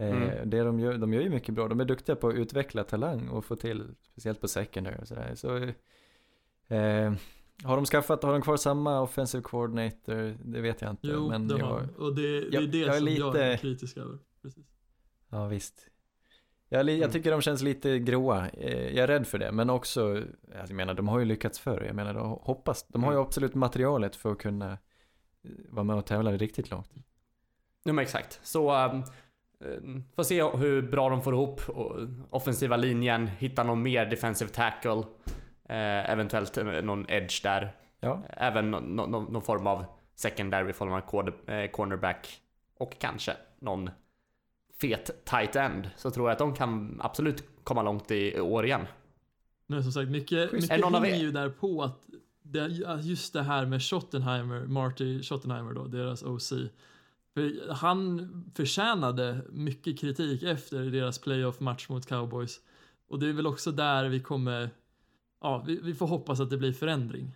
Mm. Eh, det de, gör, de gör ju mycket bra. De är duktiga på att utveckla talang och få till, speciellt på secondary och sådär. Så, eh, har de skaffat, har de kvar samma offensive coordinator? Det vet jag inte. Jo, men det jag, har och det, det jag, är det jag är som lite, jag är kritisk över. Precis. Ja, visst. Jag, jag Mm. tycker de känns lite gråa. Eh, jag är rädd för det, men också, jag menar, de har ju lyckats förr. Jag menar, de hoppas, de har ju Mm. absolut materialet för att kunna vara med och tävla riktigt långt. Ja, men exakt. Så um, um, får se hur bra de får ihop och, offensiva linjen, hitta någon mer defensive tackle, eh, eventuellt någon edge där. Ja. Även någon, någon, någon form av secondary form av cornerback och kanske någon fet tight end, så tror jag att de kan absolut komma långt i år igen. Men som sagt, mycket, mycket Är någon av hänger er- ju där på att det, just det här med Schottenheimer, Marty Schottenheimer då, deras O C. För han förtjänade mycket kritik efter deras playoff-match mot Cowboys. Och det är väl också där vi kommer, ja, vi, vi får hoppas att det blir förändring.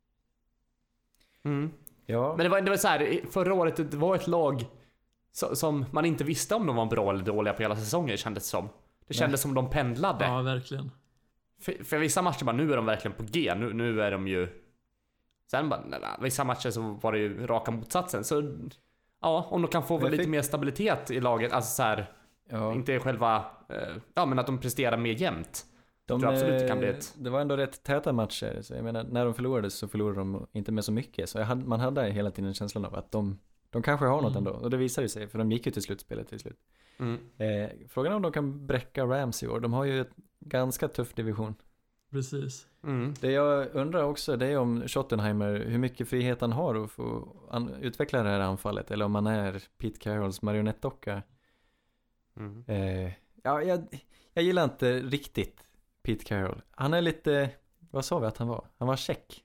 Mm. Ja. Men det var, det var så här, förra året det var ett lag så, som man inte visste om de var bra eller dåliga på hela säsongen, kändes det som. Det kändes Nej. som de pendlade. Ja, verkligen. För, för vissa matcher bara, nu är de verkligen på G. Nu, nu är de ju... Sen bara, nej, nej, vissa matcher så var det ju raka motsatsen. Så ja, om de kan få väl lite fick- mer stabilitet i laget. Alltså så här, Ja. inte själva... Eh, ja, men att de presterar mer jämnt. De, tror absolut det kan eh, bli ett- det var ändå rätt täta matcher, så jag menar, när de förlorade så förlorade de inte med så mycket. Så jag hade, man hade hela tiden känslan av att de, de kanske har något Mm. ändå. Och det visar ju sig, för de gick ju till slutspelet till slut. Mm. Eh, frågan är om de kan bräcka Rams i år. De har ju ett ganska tuff division. Precis. Mm. Det jag undrar också, det är om Schottenheimer, hur mycket frihet han har att få an- utveckla det här anfallet. Eller om han är Pete Carrolls marionettdocka. Mm. Eh, ja, jag, jag gillar inte riktigt Pete Carroll. Han är lite, vad sa vi att han var? Han var check.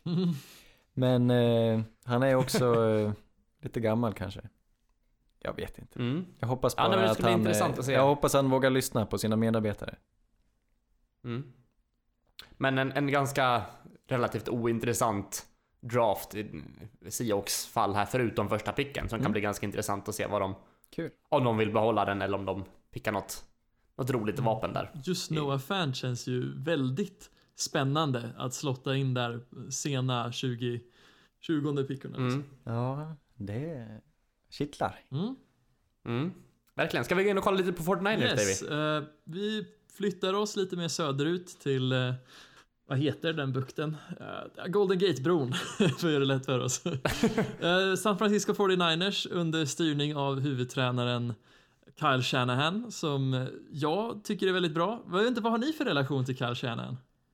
Men eh, han är också eh, lite gammal kanske. Jag vet inte. Mm. Jag hoppas Ja, bara nej, men det att ska bli han, intressant eh, att se. jag hoppas han vågar lyssna på sina medarbetare. Mm. Men en, en ganska relativt ointressant draft i Seahawks fall här, förutom första picken, som Mm. kan bli ganska intressant att se vad de, Kul. om de vill behålla den eller om de pickar något, något roligt vapen där. Just Noah Fant känns ju väldigt spännande att slotta in där sena tjugo, tjugonde pickorna. Mm. Ja, det kittlar. Mm. Mm. Verkligen. Ska vi gå in och kolla lite på forty-niners, Yes, Davey? eh, vi flyttar oss lite mer söderut till, eh, vad heter den bukten? Uh, Golden Gate-bron, för att göra det lätt för oss. Eh, San Francisco forty-niners under styrning av huvudtränaren Kyle Shanahan, som jag tycker är väldigt bra. Jag vet inte, vad har ni för relation till Kyle Shanahan?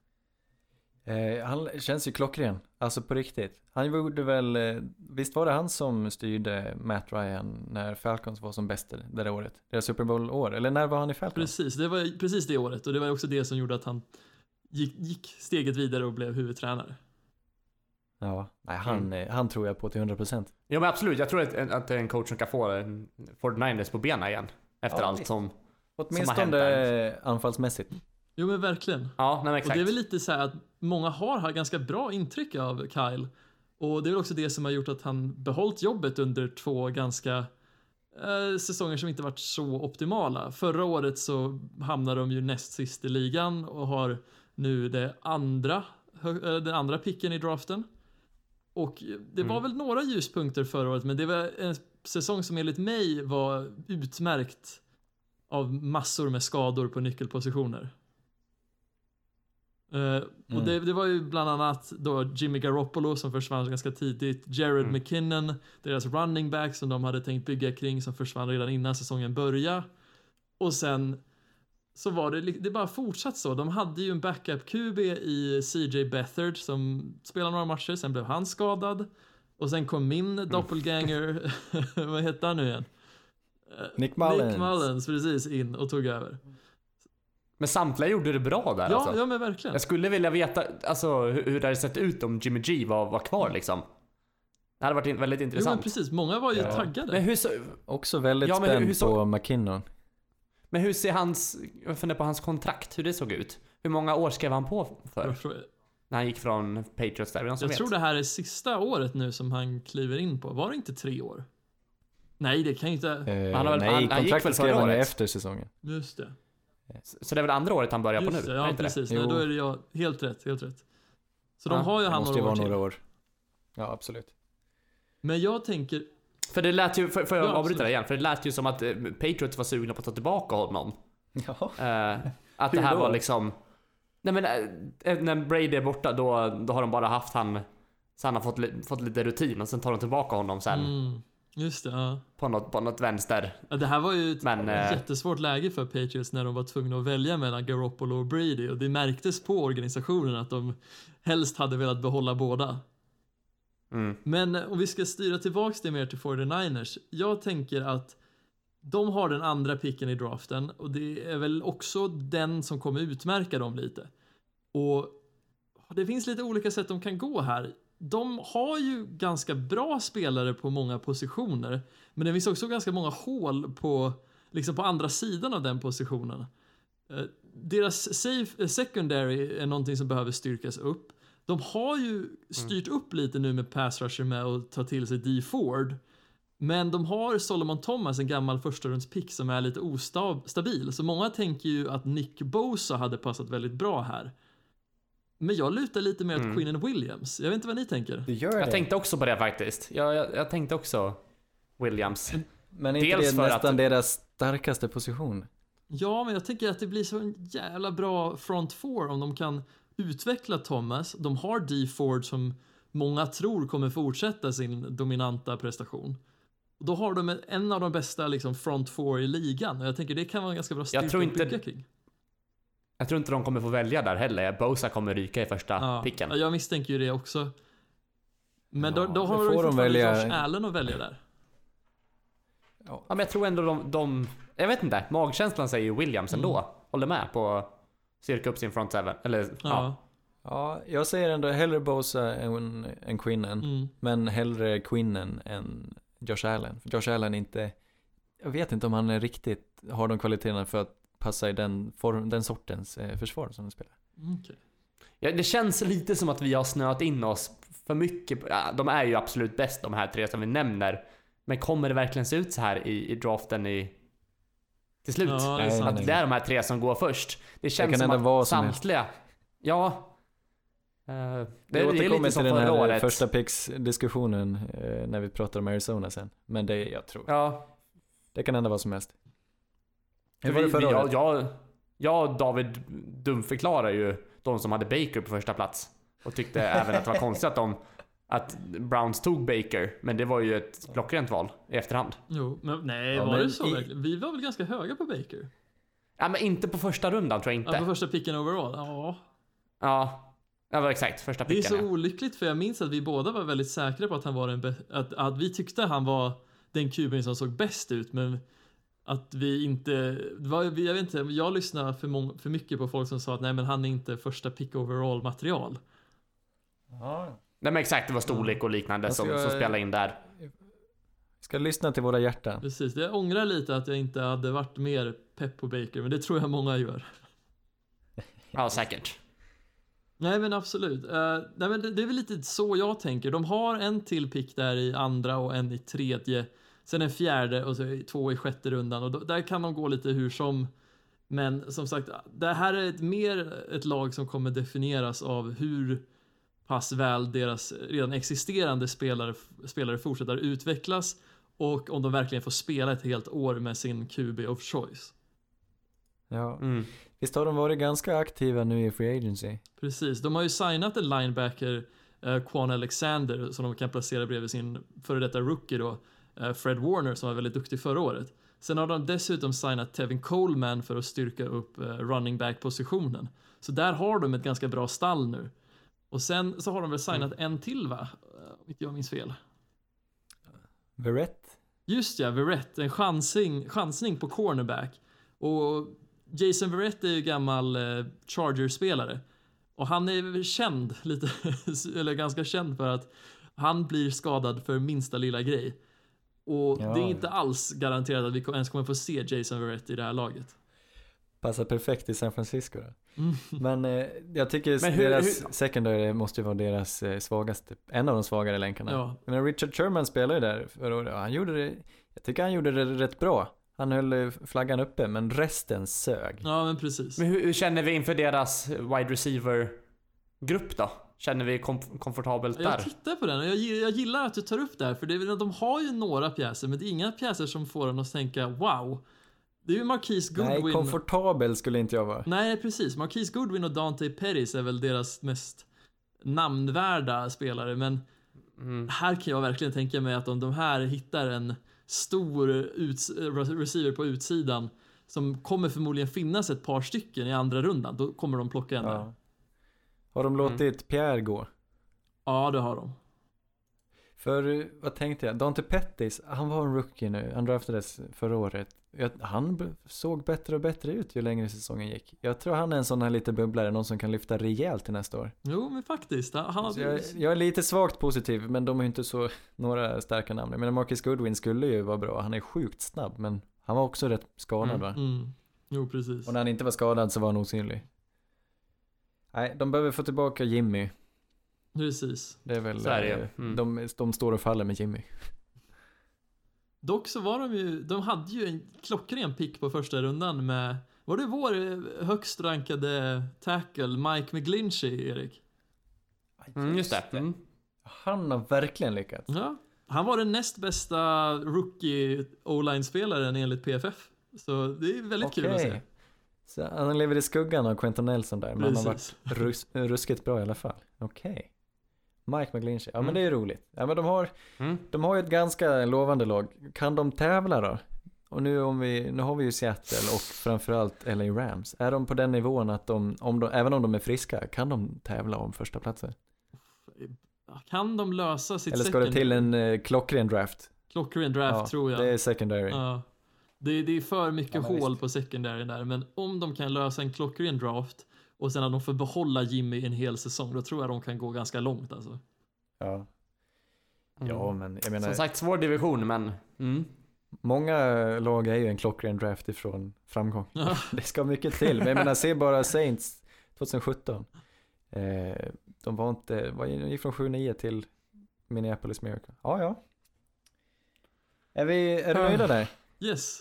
Eh, han känns ju klockren, alltså på riktigt. Han gjorde väl, eh, visst var det han som styrde Matt Ryan när Falcons var som bäst det där året? Deras Super Bowl-år, eller när var han i Falcons? Precis, det var precis det året, och det var också det som gjorde att han gick, gick steget vidare och blev huvudtränare. Ja, nej, han, Mm. eh, han tror jag på till hundra procent. Ja, men absolut. Jag tror att, att det är en coach som kan få en forty-niners på benen igen. Efter Ja, allt visst. som... hänt Åtminstone där. anfallsmässigt. Jo, men verkligen. Ja, nej, men Och exakt. det är väl lite så här att många har, har ganska bra intryck av Kyle. Och det är väl också det som har gjort att han behållit jobbet under två ganska eh, säsonger som inte varit så optimala. Förra året så hamnade de ju näst sist i ligan och har nu det andra, hö- eh, den andra picken i draften. Och det var Mm. väl några ljuspunkter förra året, men det var en säsong som enligt mig var utmärkt av massor med skador på nyckelpositioner. Uh, och Mm. det, det var ju bland annat då Jimmy Garoppolo som försvann ganska tidigt, Jared Mm. McKinnon, deras running back som de hade tänkt bygga kring, som försvann redan innan säsongen började. Och sen så var det, li- det bara fortsatt så. De hade ju en backup-Q B i C J Beathard som spelade några matcher, sen blev han skadad. Och sen kom min doppelganger, vad heter han nu igen? Eh, Nick Mullens. Nick Mullens, precis, in och tog över. Men samtliga gjorde det bra där Ja, alltså. ja men verkligen. Jag skulle vilja veta alltså, hur, hur det hade sett ut om Jimmy G var, var kvar liksom. Det hade varit in, väldigt Jo, men intressant. precis, många var ju Ja. taggade. Men hur, så, Också väldigt Ja, men hur- spänd hur så- på McKinnon. men hur ser hans, jag funderar på hans kontrakt, hur det såg ut. Hur många år skrev han på för? Jag, tror- När han gick från Patriots där, är det någon som jag vet? tror det här är sista året nu som han kliver in på. Var det inte tre år? Nej, det kan ju inte... Eh, Han har väl- nej, han- han gick väl kontraktet skrev förra han ju året. efter säsongen. Just det. Så det är väl andra året han börjar på nu? Just det, är ja inte det? precis. Jo. Nej, då är det jag helt rätt, helt rätt. Så de Ja, har ju Det han måste ju några år vara till. några år. Ja, absolut. Men jag tänker, För det lät ju, för, för jag Ja, avbryta absolut. det igen, för det lät ju som att eh, Patriots var sugna på att ta tillbaka honom. Ja. Eh, att Hur det här då? var liksom... Nej men eh, när Brady är borta då, då har de bara haft han... Så han har fått, li- fått lite rutin och sen tar de tillbaka honom sen mm, just det, ja. på, något, på något vänster. Ja, det här var ju ett Men, eh, jättesvårt läge för Patriots när de var tvungna att välja mellan Garoppolo och Brady och det märktes på organisationen att de helst hade velat behålla båda. Mm. Men om vi ska styra tillbaks det mer till fyrtionioers, jag tänker att de har den andra picken i draften och det är väl också den som kommer utmärka dem lite. Och det finns lite olika sätt de kan gå här. De har ju ganska bra spelare på många positioner, men det finns också ganska många hål på, liksom på andra sidan av den positionen. Eh, Deras safe, secondary är någonting som behöver styrkas upp. De har ju styrt upp lite nu med pass rusher med att ta till sig D. Ford. Men de har Solomon Thomas, en gammal första-runds-pick som är lite ostabil. Så många tänker ju att Nick Bosa hade passat väldigt bra här. Men jag lutar lite mer åt Mm. Quinnen Williams. Jag vet inte vad ni tänker. Du gör Jag det. tänkte också på det faktiskt. Jag, jag, jag tänkte också Williams. Men är inte dels det för nästan att- deras starkaste position? Ja, men jag tänker att det blir så en jävla bra front four om de kan utveckla Thomas. De har D. Ford som många tror kommer fortsätta sin dominanta prestation. Och då har de en av de bästa liksom, front four i ligan. Och jag tänker det kan vara en ganska bra styrka tror att inte- bygga kring. Jag tror inte de kommer få välja där heller. Bosa kommer ryka i första Ja, picken. jag misstänker ju det också. Men då, Ja, då det har får de ju de fortfarande välja- Josh Allen att välja där. Ja. Ja, men jag tror ändå de, de... Jag vet inte. Magkänslan säger ju Williams ändå. Mm. Håller med på... Styrka upp sin front seven. Eller ja. Ja. Ja, jag säger ändå hellre Bosa än, än Quinnen. Mm. Men hellre Quinnen än Josh Allen. För Josh Allen inte... Jag vet inte om han är riktigt har de kvaliteterna för att passa i den, form, den sortens eh, försvar som de spelar. Okej. Ja, det känns lite som att vi har snöat in oss för mycket. Ja, de är ju absolut bäst de här tre som vi nämner. Men kommer det verkligen se ut så här i, i draften i, till slut? Ja, det är Nej, sant. Att det är de här tre som går först. Det känns kan som hända att vad som helst. samtliga... Ja. Eh, det, Vi det är återkommer lite som till den förra här året. första picks-diskussionen eh, när vi pratar om Arizona sen. Men det, jag tror, Ja. det kan hända vad som helst. Hur Vi, var det vi, förra jag, året? jag, jag och David dumförklarar ju de som hade Baker på första plats. Och tyckte även att det var konstigt att de... Att Browns tog Baker. Men det var ju ett klockrent val i efterhand. Jo, men nej, Ja, var men det så i- verkligen? Vi var väl ganska höga på Baker? Ja, men inte på första rundan tror jag inte. Ja, på första picken overall. Ja. Ja, ja var exakt. Första Det är picken. så Ja. olyckligt för jag minns att vi båda var väldigt säkra på att han var den bä- att, att vi tyckte han var den kuben som såg bäst ut, men att vi inte, det var, jag vet inte, jag lyssnade för, mång, för mycket på folk som sa att nej men han är inte första pick overall material. Ja. Nej men exakt, det var storlek och liknande Jag som, ska- som spelade in där. Ska lyssna till våra hjärtan. Precis, jag ångrar lite att jag inte hade varit mer pepp på Baker, men det tror jag många gör. Ja, säkert. Nej men absolut. Uh, nej, men det, det är väl lite så jag tänker. De har en till pick där i andra och en i tredje. Sen en fjärde och så två i sjätte rundan. Och då, där kan de gå lite hur som. Men som sagt, det här är ett, mer ett lag som kommer definieras av hur pass väl deras redan existerande spelare, spelare fortsätter utvecklas. Och om de verkligen får spela ett helt år med sin Q B of choice. Ja. Mm. Visst har de varit ganska aktiva nu i Free Agency? Precis, de har ju signat en linebacker, eh, Quan Alexander, som de kan placera bredvid sin före detta rookie då, eh, Fred Warner, som var väldigt duktig förra året. Sen har de dessutom signat Tevin Coleman för att styrka upp eh, running back-positionen. Så där har de ett ganska bra stall nu. Och sen så har de väl signat Mm. en till va? Eh, Om inte jag minns fel. Verrett? Just ja, Verrett, en chansning, chansning på cornerback. Och Jason Verrett är ju gammal eh, Chargers-spelare. Och han är väl känd lite, eller ganska känd för att han blir skadad för minsta lilla grej. Och Ja. det är inte alls garanterat att vi ens kommer få se Jason Verrett i det här laget. Passar perfekt i San Francisco då. Mm. Men eh, jag tycker Men hur- deras hur- secondary måste ju vara deras eh, svagaste, en av de svagare länkarna. Ja. Men Richard Sherman spelade ju där förra året och han gjorde det, jag tycker han gjorde det rätt bra. Han höll eh, flaggan uppe, men resten sög. Ja, men precis. Men hur, hur känner vi inför deras wide receiver-grupp då? Känner vi kom- komfortabelt Jag där? tittar på den och jag, gi- jag gillar att du tar upp det här, för det, är- de har ju några pjäser, men det är inga pjäser som får en att tänka wow. Det är ju Marquise Goodwin. Nej, komfortabel skulle inte jag vara. Nej, precis. Marquise Goodwin och Dante Pettis är väl deras mest namnvärda spelare, men Mm. här kan jag verkligen tänka mig att om de här hittar en stor uts- receiver på utsidan som kommer förmodligen finnas ett par stycken i andra rundan, då kommer de plocka en där. Ja. Har de låtit Pierre gå? Ja, det har de. För eh, vad tänkte jag? Dante Pettis, han var en rookie nu. Han draftades förra året. Jag, han b- såg bättre och bättre ut ju längre säsongen gick. Jag tror han är en sån här lite bubblare, någon som kan lyfta rejält till nästa år. Jo, men faktiskt. Han Så jag, hade... jag är lite svagt positiv, men de är inte så några starka namn. Men Marcus Goodwin skulle ju vara bra. Han är sjukt snabb, men han var också rätt skadad Mm. va? Mm. Jo, precis. Och när han inte var skadad så var han osynlig. Nej, de behöver få tillbaka Jimmy. Precis. Det är väl, Så är det ju. eh, Mm. de, de står och faller med Jimmy. Dock så var de ju, de hade ju en klockren pick på första rundan med, var det vår eh, högst rankade tackle Mike McGlinchey, Erik? Mm, just det. Mm. Han har verkligen lyckats. Ja. Han var den näst bästa rookie O-line-spelaren enligt P F F. Så det är väldigt kul att se. Okej. Så han lever i skuggan av Quentin Nelson där. Men han har varit Precis. rus, ruskigt bra i alla fall. Okej. Mike McGlinchey. Ja Mm. men det är roligt. Ja men de har, Mm. de har ju ett ganska lovande lag. Kan de tävla då? Och nu, om vi, nu har vi ju Seattle och framförallt L A Rams. Är de på den nivån att de, om de, även om de är friska, kan de tävla om första platsen? Kan de lösa sitt Eller ska det till en eh, klockren draft? klockren draft, Ja, tror jag. det är secondary. Ja. Det, det är för mycket Ja, men hål visst. på secondary där, men om de kan lösa en klockren draft och sen att de får behålla Jimmy en hel säsong, då tror jag de kan gå ganska långt alltså. Ja. Mm. Ja men jag menar, Som sagt, svår division, men... Mm. många lag är ju en klockren draft ifrån framgång. Ja. Det ska mycket till. Men jag menar, se bara Saints tjugohundrasjutton. Eh, de var inte, var, de gick från sju nio till Minneapolis Miracle. Ja, ja. Är vi, är du nöjda där? Yes.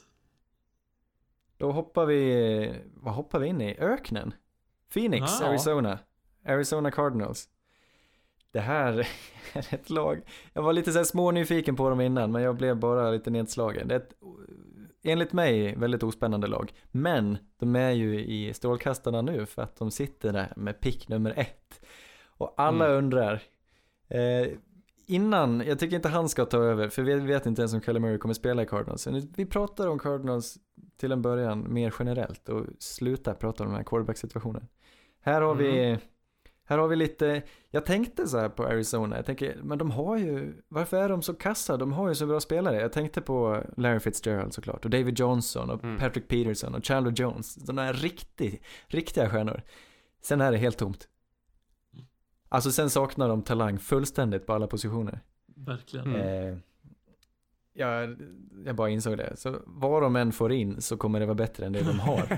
Då hoppar vi, vad hoppar vi in i? Öknen? Phoenix, Ja. Arizona. Arizona Cardinals. Det här är ett lag. Jag var lite så här smånyfiken på dem innan, men jag blev bara lite nedslagen. Det är ett, enligt mig, väldigt ospännande lag. Men de är ju i strålkastarna nu för att de sitter där med pick nummer ett. Och alla Mm. undrar. Eh, innan, jag tycker inte han ska ta över, för vi vet inte ens om Kyler Murray kommer spela i Cardinals. Så nu, vi pratar om Cardinals till en början mer generellt och sluta prata om den här quarterback-situationen. Här har vi Här har vi lite, jag tänkte så här på Arizona, jag tänker, men de har ju, varför är de så kassa? De har ju så bra spelare. Jag tänkte på Larry Fitzgerald såklart, och David Johnson och Mm. Patrick Peterson och Chandler Jones. De är riktigt, riktiga stjärnor. Sen är det helt tomt. Alltså sen saknar de talang fullständigt på alla positioner. Verkligen. Mm. Eh, jag, jag bara insåg det. Så vad de än får in så kommer det vara bättre än det de har.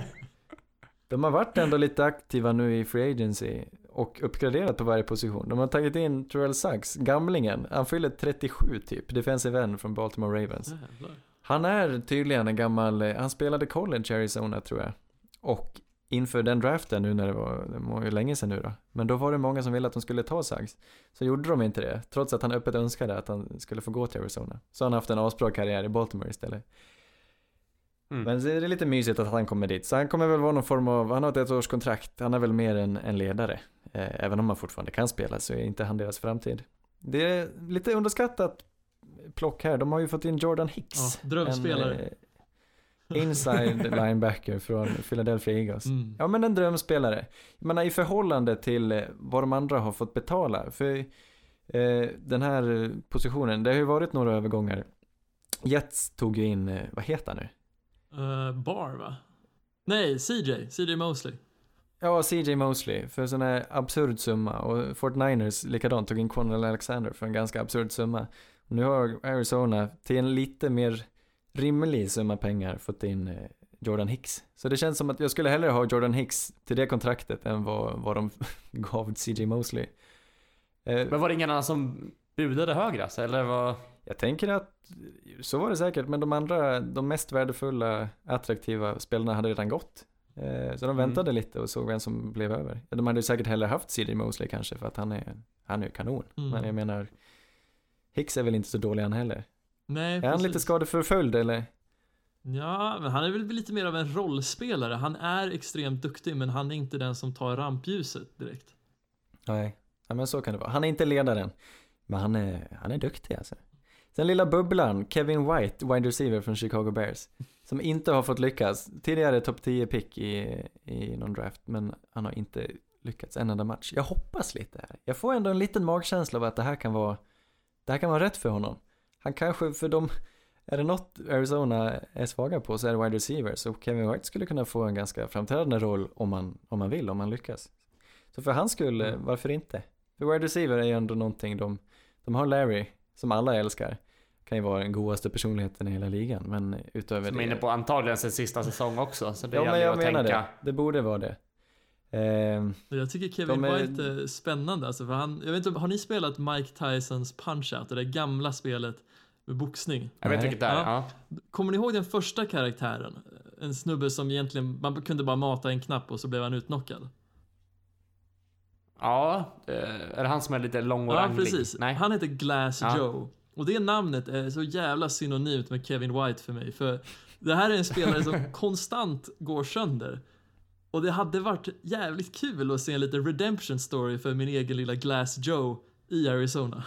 De har varit ändå lite aktiva nu i free agency och uppgraderat på varje position. De har tagit in Terrell Suggs, gamlingen. Han fyller trettiosju typ, defensive end från Baltimore Ravens. Jävlar. Han är tydligen en gammal, han spelade college i Arizona tror jag. Och inför den draften nu när det var, det var ju länge sedan nu då. Men då var det många som ville att de skulle ta Suggs. Så gjorde de inte det, trots att han öppet önskade att han skulle få gå till Arizona. Så han har haft en asbra karriär i Baltimore istället. Mm. Men det är lite mysigt att han kommer dit. Så han kommer väl vara någon form av, han har ett ettårskontrakt. Han är väl mer en, en ledare. Eh, även om han fortfarande kan spela så är inte han deras framtid. Det är lite underskattat plock här. De har ju fått in Jordan Hicks. Ja, drömspelare. En, eh, inside linebacker från Philadelphia Eagles. Mm. Ja men en drömspelare. Jag menar i förhållande till eh, vad de andra har fått betala. För eh, den här positionen, det har ju varit några övergångar. Jets tog ju in, eh, vad heter han nu? Uh, Bar va? Nej, C J. C J Mosley. Ja, C J Mosley för sån här absurd summa. Och forty-niners likadant tog in Conrad Alexander för en ganska absurd summa. Och nu har Arizona till en lite mer rimlig summa pengar fått in eh, Jordan Hicks. Så det känns som att jag skulle hellre ha Jordan Hicks till det kontraktet än vad, vad de gav C J Mosley. Eh, Men var det ingen annan som budade högre alltså, eller vad? Jag tänker att så var det säkert, men de andra, de mest värdefulla, attraktiva spelarna hade redan gått. Eh, så de väntade mm. lite och såg vem som blev över. De hade säkert hellre haft C J Mosley kanske, för att han är, han är kanon. Mm. Men jag menar, Hicks är väl inte så dålig han heller. Nej, är han precis. lite skadeförföljd eller? Ja, men han är väl lite mer av en rollspelare. Han är extremt duktig, men han är inte den som tar rampljuset direkt. Nej, ja, men så kan det vara. Han är inte ledaren, men han är, han är duktig alltså. Sen lilla bubblan, Kevin White, wide receiver från Chicago Bears, som inte har fått lyckas. Tidigare topp tio pick i, i någon draft, men han har inte lyckats en enda match. Jag hoppas lite här. Jag får ändå en liten magkänsla av att det här kan vara, det här kan vara rätt för honom. Han kanske, för dem, är det något Arizona är svaga på så är det wide receiver. Så Kevin White skulle kunna få en ganska framträdande roll om man, om man vill, om man lyckas. Så för hans skull, mm. varför inte? För wide receiver är ju ändå någonting, de, de har Larry, som alla älskar. Kan ju vara den godaste personligheten i hela ligan, men utöver som det... är inne på antagligen sin sista säsong också, så det ja, men jag att menar tänka. det. Det borde vara det. Eh, jag tycker Kevin är... White är spännande, alltså, för han, jag vet inte, har ni spelat Mike Tysons Punch-Out, det där gamla spelet med boxning? Jag vet vilket det är, ja. ja. Kommer ni ihåg den första karaktären? En snubbe som egentligen, man kunde bara mata en knapp och så blev han utknockad. Ja, är det han som är lite lång och ja, ranglig? Precis. Nej. Han heter Glass ja. Joe. Och det namnet är så jävla synonymt med Kevin White för mig. För det här är en spelare som konstant går sönder. Och det hade varit jävligt kul att se en liten redemption story för min egen lilla Glass Joe i Arizona.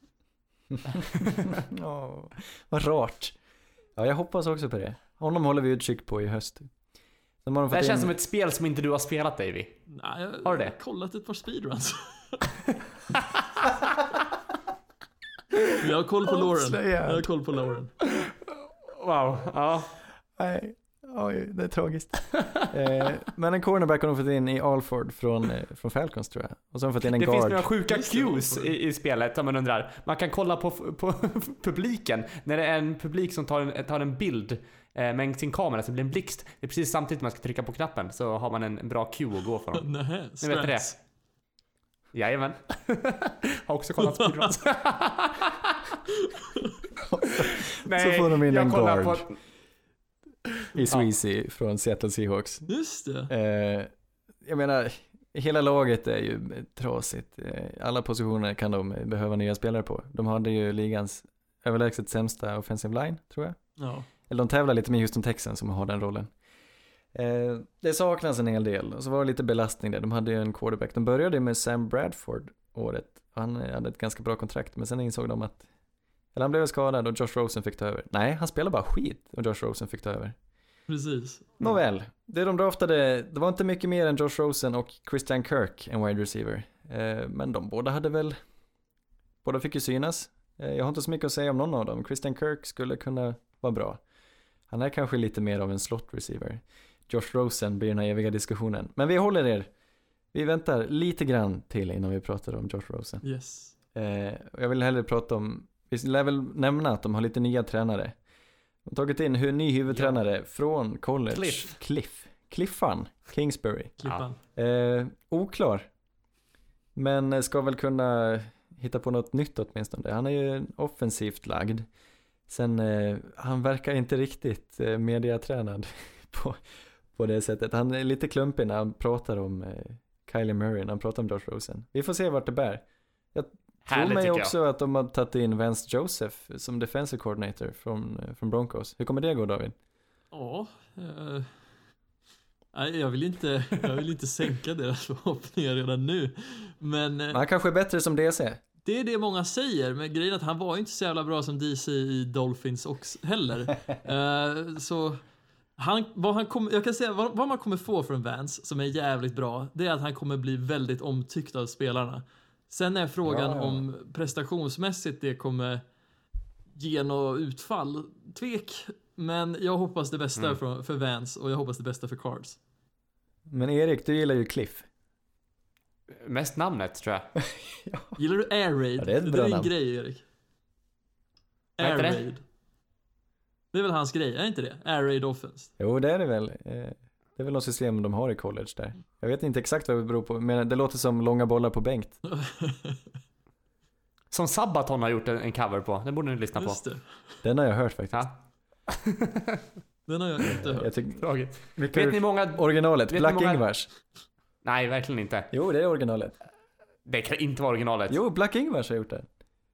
oh, vad rart. Ja, jag hoppas också på det. Honom håller vi utkik på i höst. De har det känns in... som ett spel som inte du har spelat, Davy. Nej, jag har du det? har kollat ett par speedruns. Jag har koll på Lauren. Jag har koll på Lauren. Wow, ja. Nej, oj, det är tragiskt. eh, men en cornerback har de fått in i Alford från, eh, från Falcons, tror jag. Och så har de fått in en det guard. Det finns några sjuka cues i, i spelet, om man undrar. Man kan kolla på, på publiken. När det är en publik som tar en, tar en bild eh, med sin kamera så blir en blixt. Det är precis samtidigt man ska trycka på knappen, så har man en, en bra cue att gå för dem. Nej, ni vet det. Jajamän. Har också kollat speedruns. Nej, så får de in en guard på... i Sweezy ja. från Seattle Seahawks. Just det. Eh, jag menar, hela laget är ju trasigt. Eh, alla positioner kan de behöva nya spelare på. De hade ju ligans överlägset sämsta offensive line, tror jag. Ja. Eller de tävlar lite med Houston Texans som har den rollen. Eh, det saknas en hel del. Och så var det lite belastning där. De hade ju en quarterback. De började med Sam Bradford året. Han hade ett ganska bra kontrakt. Men sen insåg de att eller han blev skadad och Josh Rosen fick ta över. Nej, han spelade bara skit och Josh Rosen fick ta över. Precis. Mm. Nåväl, det de draftade, det var inte mycket mer än Josh Rosen och Christian Kirk, en wide receiver. Eh, men de båda hade väl, båda fick ju synas. Eh, jag har inte så mycket att säga om någon av dem. Christian Kirk skulle kunna vara bra. Han är kanske lite mer av en slot receiver. Josh Rosen blir den här eviga diskussionen. Men vi håller er. Vi väntar lite grann till innan vi pratar om Josh Rosen. Yes. Eh, jag vill hellre prata om, vi lär väl nämna att de har lite nya tränare. De har tagit in en ny huvudtränare ja. från college. Cliff. Cliff. Cliffan. Kingsbury. Cliffan. Ja. Eh, oklar. Men ska väl kunna hitta på något nytt åtminstone. Han är ju offensivt lagd. Sen, eh, han verkar inte riktigt eh, mediatränad på, på det sättet. Han är lite klumpig när han pratar om eh, Kyler Murray, när han pratar om Josh Rosen. Vi får se vart det bär. Jag tror mig också jag. att de har tagit in Vance Joseph som defensive coordinator från, från Broncos. Hur kommer det gå, David? Ja, uh, nej, jag vill inte jag vill inte sänka deras förhoppningar redan nu. Men uh, han kanske är bättre som D C. Det är det många säger, men grejen är att han var ju inte så jävla bra som D C i Dolphins också heller. uh, så han, vad han kom, jag kan säga vad, vad man kommer få från Vance som är jävligt bra, det är att han kommer bli väldigt omtyckt av spelarna. Sen är frågan ja, ja. om prestationsmässigt det kommer ge något utfall. Tvek, men jag hoppas det bästa mm. för, för Vance och jag hoppas det bästa för Cards. Men Erik, du gillar ju Cliff. Mest namnet, tror jag. ja. Gillar du Air Raid? Ja, det är ett det bra är en namn. grej, Erik. Air Raid. Det är väl hans grej, är inte det? Air Raid Offense. Jo, det är det väl. Det är väl något system de har i college där. Jag vet inte exakt vad det beror på, men det låter som långa bollar på Bengt. Som Sabaton har gjort en cover på. Den borde ni lyssna på. Just det. Den har jag hört faktiskt. Ja. Den har jag inte hört. Jag tycker, Tråkigt. vilka Vet ni många... originalet? vet Black ni många- Ingvars. Nej, verkligen inte. Jo, det är originalet. Det kan inte vara originalet. Jo, Black Ingvars har gjort det.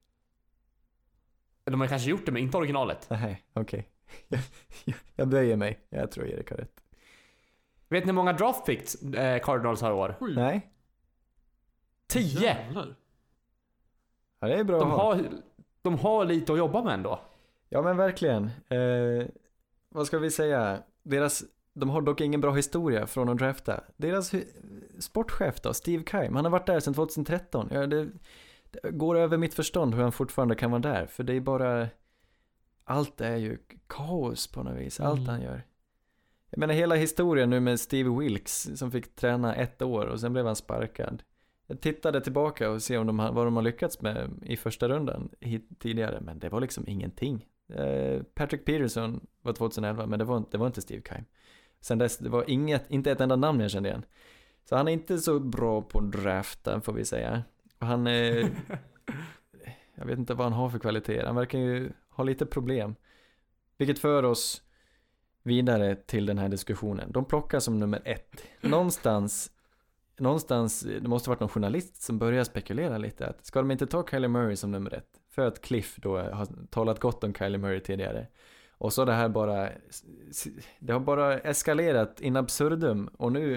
De har kanske gjort det, men inte originalet. Nej, okej. Okay. Jag böjer mig. Jag tror Erik har rätt. Vet ni hur många draft picks eh, Cardinals har i år? Oj, Nej, Tio! jävlar. ja, det är bra De att ha. har, de har lite att jobba med ändå. Ja, men verkligen. Eh, vad ska vi säga? Deras, de har dock ingen bra historia från att drafta. Deras hu- sportchef då, Steve Keim, han har varit där sedan tjugohundratretton. Ja, det, det går över mitt förstånd hur han fortfarande kan vara där. För det är bara... Allt är ju kaos på något vis. Allt Mm. han gör. Jag menar hela historien nu med Steve Wilkes som fick träna ett år och sen blev han sparkad. Jag tittade tillbaka och se om de har, vad de har lyckats med i första rundan hit, tidigare. Men det var liksom ingenting. Eh, Patrick Peterson var tjugoelva, men det var, det var inte Steve Keim. Sen dess, det var inget, inte ett enda namn jag kände igen. Så han är inte så bra på draften, får vi säga. Och han är... jag vet inte vad han har för kvaliteter. Han verkar ju ha lite problem. Vilket för oss vidare till den här diskussionen. De plockar som nummer ett. Någonstans, någonstans, det måste ha varit någon journalist som börjar spekulera lite. Att ska de inte ta Kyler Murray som nummer ett? För att Cliff då har talat gott om Kyler Murray tidigare. Och så det här bara, det har bara eskalerat in absurdum. Och nu,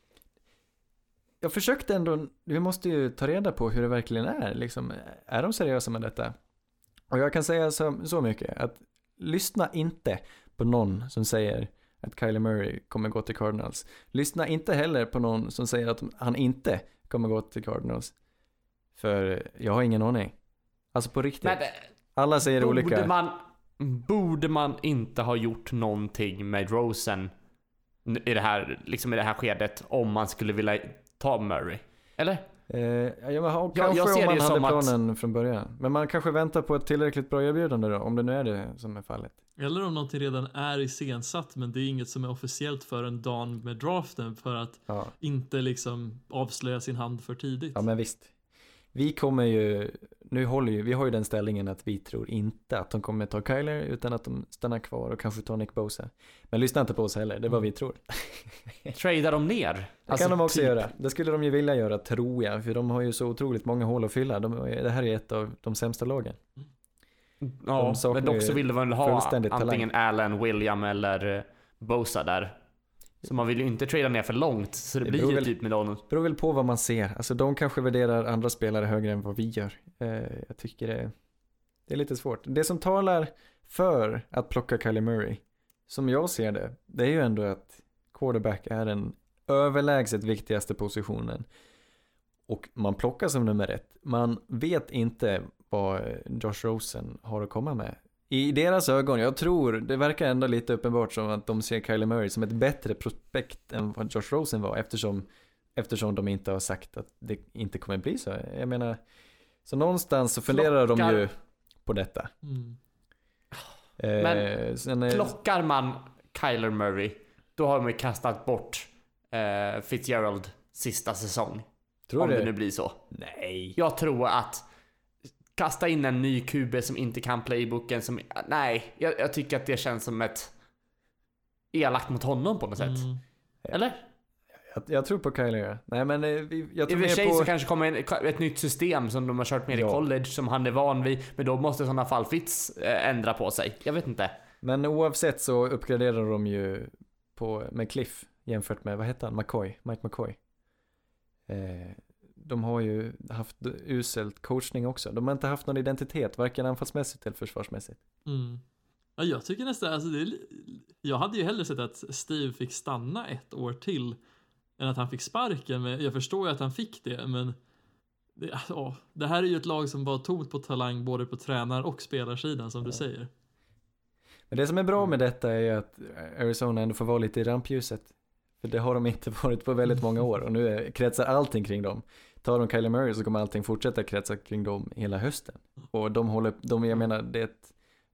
jag försökte ändå, vi måste ju ta reda på hur det verkligen är. Liksom, är de seriösa med detta? Och jag kan säga så, så mycket att lyssna inte på någon som säger att Kyler Murray kommer gå till Cardinals. Lyssna inte heller på någon som säger att han inte kommer gå till Cardinals. För jag har ingen aning. Alltså på riktigt. Men, Alla säger borde olika. Man, borde man inte ha gjort någonting med Rosen i det här, liksom i det här skedet om man skulle vilja ta Murray? Eller? Eh, ja, men, och Jag- kanske jag ser om man det hade som att- planen från början. Men man kanske väntar på ett tillräckligt bra erbjudande då, om det nu är det som är fallet. Eller om någonting redan är iscensatt, men det är inget som är officiellt för en dagen med draften för att Ja. inte liksom avslöja sin hand för tidigt. Ja, men visst. Vi kommer ju, nu håller ju, vi har ju den ställningen att vi tror inte att de kommer ta Kyler utan att de stannar kvar och kanske tar Nick Bosa. Men lyssna inte på oss heller, det är vad vi tror. Tradar de ner? Det Alltså, kan de också typ- göra. Det skulle de ju vilja göra, tror jag. För de har ju så otroligt många hål att fylla. De, det här är ett av de sämsta lagen. Ja, De saknar men dock så ju vill de väl ha fullständigt antingen Allen, William eller eh, Bosa där. Så man vill ju inte trada ner för långt. Så det, Det blir beror ju väl- typ med dem. Det beror väl på vad man ser. Alltså de kanske värderar andra spelare högre än vad vi gör. Eh, jag tycker det, det är lite svårt. Det som talar för att plocka Kyler Murray, som jag ser det, det är ju ändå att quarterback är den överlägset viktigaste positionen. Och man plockar som nummer ett. Man vet inte vad Josh Rosen har att komma med. I deras ögon, jag tror, det verkar ändå lite uppenbart som att de ser Kyler Murray som ett bättre prospekt än vad Josh Rosen var, eftersom, eftersom de inte har sagt att det inte kommer bli så. Jag menar, så någonstans så funderar Plockar- de ju på detta. Mm. Eh, Men sen, eh, Plockar man Kyler Murray, då har de ju kastat bort eh, Fitzgerald sista säsong. tror om du? det nu blir så. Nej. Jag tror att kasta in en ny Q B som inte kan playbooken som, nej, jag, jag tycker att det känns som ett elakt mot honom på något sätt. Mm. Eller? Jag, jag tror på Kyler, ja. Nej, men eh, vi- jag I tror och för sig mer så på... kanske kommer en, ett nytt system som de har kört med Ja. i college som han är van vid, men då måste i sådana fall Fitz eh, ändra på sig. Jag vet inte. Men oavsett så uppgraderar de ju på, med Cliff jämfört med, vad heter han? McCoy, Mike McCoy. Eh, de har ju haft uselt coachning också. De har inte haft någon identitet, varken anfallsmässigt eller försvarsmässigt. Mm. Ja, jag tycker nästan, alltså det är, li- jag hade ju hellre sett att Steve fick stanna ett år till än att han fick sparken, men jag förstår ju att han fick det, men det, ja, det här är ju ett lag som var tomt på talang både på tränar- och spelarsidan, som du säger. Men det som är bra med detta är ju att Arizona ändå får vara lite i rampljuset. För det har de inte varit på väldigt många år och nu är, kretsar allting kring dem. Tar de Kyler Murray så kommer allting fortsätta kretsa kring dem hela hösten. Och de håller, de, jag menar, det är ett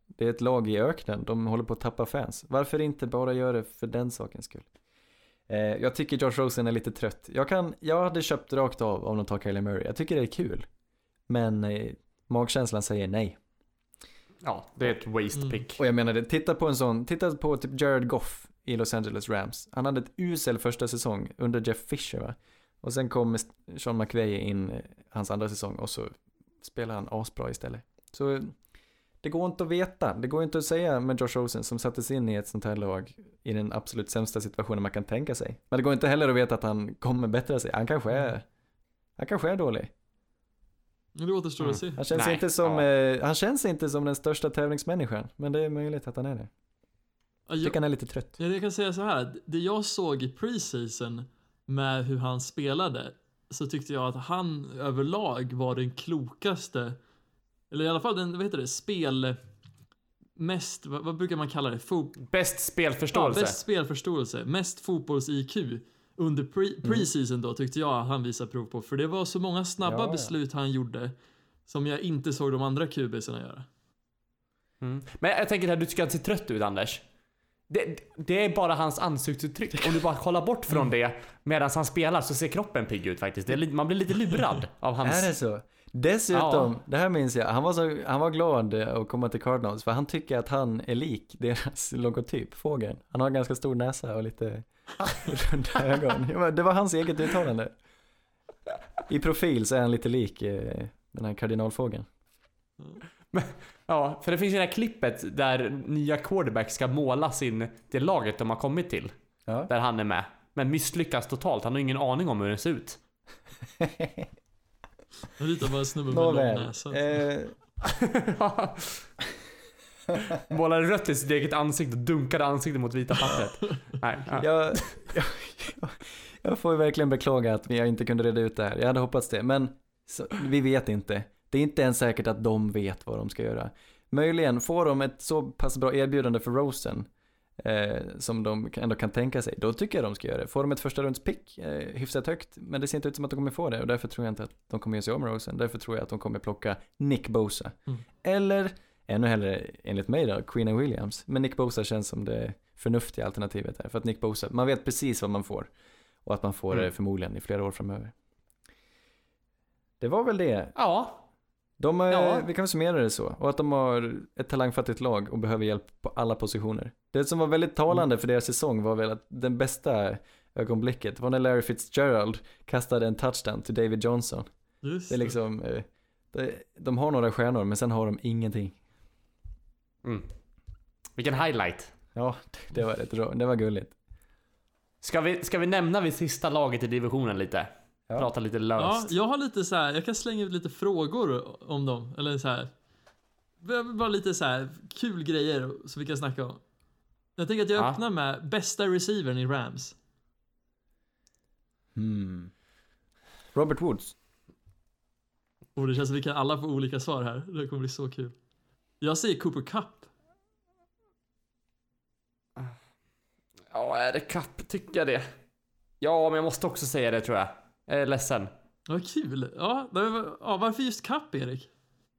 Det är ett lag i öknen. De håller på att tappa fans. Varför inte bara göra det för den sakens skull? Eh, jag tycker Josh Rosen är lite trött. Jag, kan, jag hade köpt rakt av om de tar Kyler Murray. Jag tycker det är kul. Men eh, magkänslan säger nej. Ja, det är ett waste Mm. pick. Och jag menar det, titta på en sån, titta på typ Jared Goff i Los Angeles Rams. Han hade ett usel första säsong under Jeff Fisher, va? Och sen kom Sean McVay in eh, hans andra säsong och så spelar han asbra istället. Så det går inte att veta. Det går inte att säga med Josh Rosen som sattes in i ett sånt här lag i den absolut sämsta situationen man kan tänka sig. Men det går inte heller att veta att han kommer bättra sig. Han kanske är, han kanske är dålig. Men det återstår Mm. att se. Han känns, Nej, inte som, ja. eh, han känns inte som den största tävlingsmänniskan. Men det är möjligt att han är det. Ja, Jag jag, tycker han är lite trött. ja, jag kan säga så här. Det jag såg i preseason med hur han spelade, så tyckte jag att han överlag var den klokaste, eller i alla fall den, vad heter det, spel mest, vad, vad brukar man kalla det? Fo- Bäst ja, spelförståelse. bäst spelförståelse, mest fotbolls-I Q under pre- preseason då tyckte jag att han visade prov på, för det var så många snabba Ja, ja. beslut han gjorde som jag inte såg de andra Q B:sarna göra. Mm. Men jag tänker att du tycker att han ser trött ut, Anders. Det, det är bara hans ansiktsuttryck. Om du bara kollar bort från det medan han spelar så ser kroppen pigg ut faktiskt. Det är, li- man blir lite lurad av hans... Är det så? Dessutom, Ja. det här minns jag, han var, så, han var glad att komma till Cardinals för han tycker att han är lik deras logotyp, fågeln. Han har ganska stor näsa och lite runda ögon. Ja, men det var hans eget uttalande. I profil så är han lite lik eh, den här kardinalfågeln. Ja, för det finns ju det här klippet där nya quarterback ska måla sin, det laget de har kommit till. Ja. Där han är med. Men misslyckas totalt. Han har ingen aning om hur den ser ut. Jag ritar bara en snubbe med lång Nåväl. näsa. Eh, Målade rött i sitt eget ansikte och dunkade ansiktet mot vita pappret. Nej, ja. jag, jag, jag får ju verkligen beklaga att jag inte kunde reda ut det här. Jag hade hoppats det, men så, vi vet inte. Det är inte ens säkert att de vet vad de ska göra. Möjligen får de ett så pass bra erbjudande för Rosen eh, som de ändå kan tänka sig. Då tycker jag de ska göra det. Får de ett första rundspick eh, hyfsat högt, men det ser inte ut som att de kommer få det. Och därför tror jag inte att de kommer ge sig om Rosen. Därför tror jag att de kommer plocka Nick Bosa. Mm. Eller, ännu hellre enligt mig då, Queen Williams. Men Nick Bosa känns som det förnuftiga alternativet här. För att Nick Bosa, man vet precis vad man får. Och att man får Mm. det förmodligen i flera år framöver. Det var väl det. Ja. De är, Ja. Vi kan summera det så. Och att de har ett talangfattigt lag och behöver hjälp på alla positioner. Det som var väldigt talande för deras säsong var väl att den bästa ögonblicket var när Larry Fitzgerald kastade en touchdown till David Johnson. Just Det är liksom, eh, det, de har några stjärnor men sen har de ingenting. Mm. Vilken highlight. Ja, det var rätt bra. Det var gulligt. Ska vi, ska vi nämna vid sista laget i divisionen lite? Ja. Prata lite Ja, löst. jag har lite så här, jag kan slänga ut lite frågor om dem, eller så här. Bara lite så här kul grejer som vi kan snacka om. Jag tänker att jag Ja. öppnar med bästa receivern i Rams. Hmm. Robert Woods. Och det känns som att vi kan alla få olika svar här. Det kommer bli så kul. Jag säger Cooper Cup. Ja, är det Kapp? Tycker jag det? Ja, men jag måste också säga det, tror jag. Jag är ledsen. Vad kul. Ja, men, ja, varför just Cup, Erik?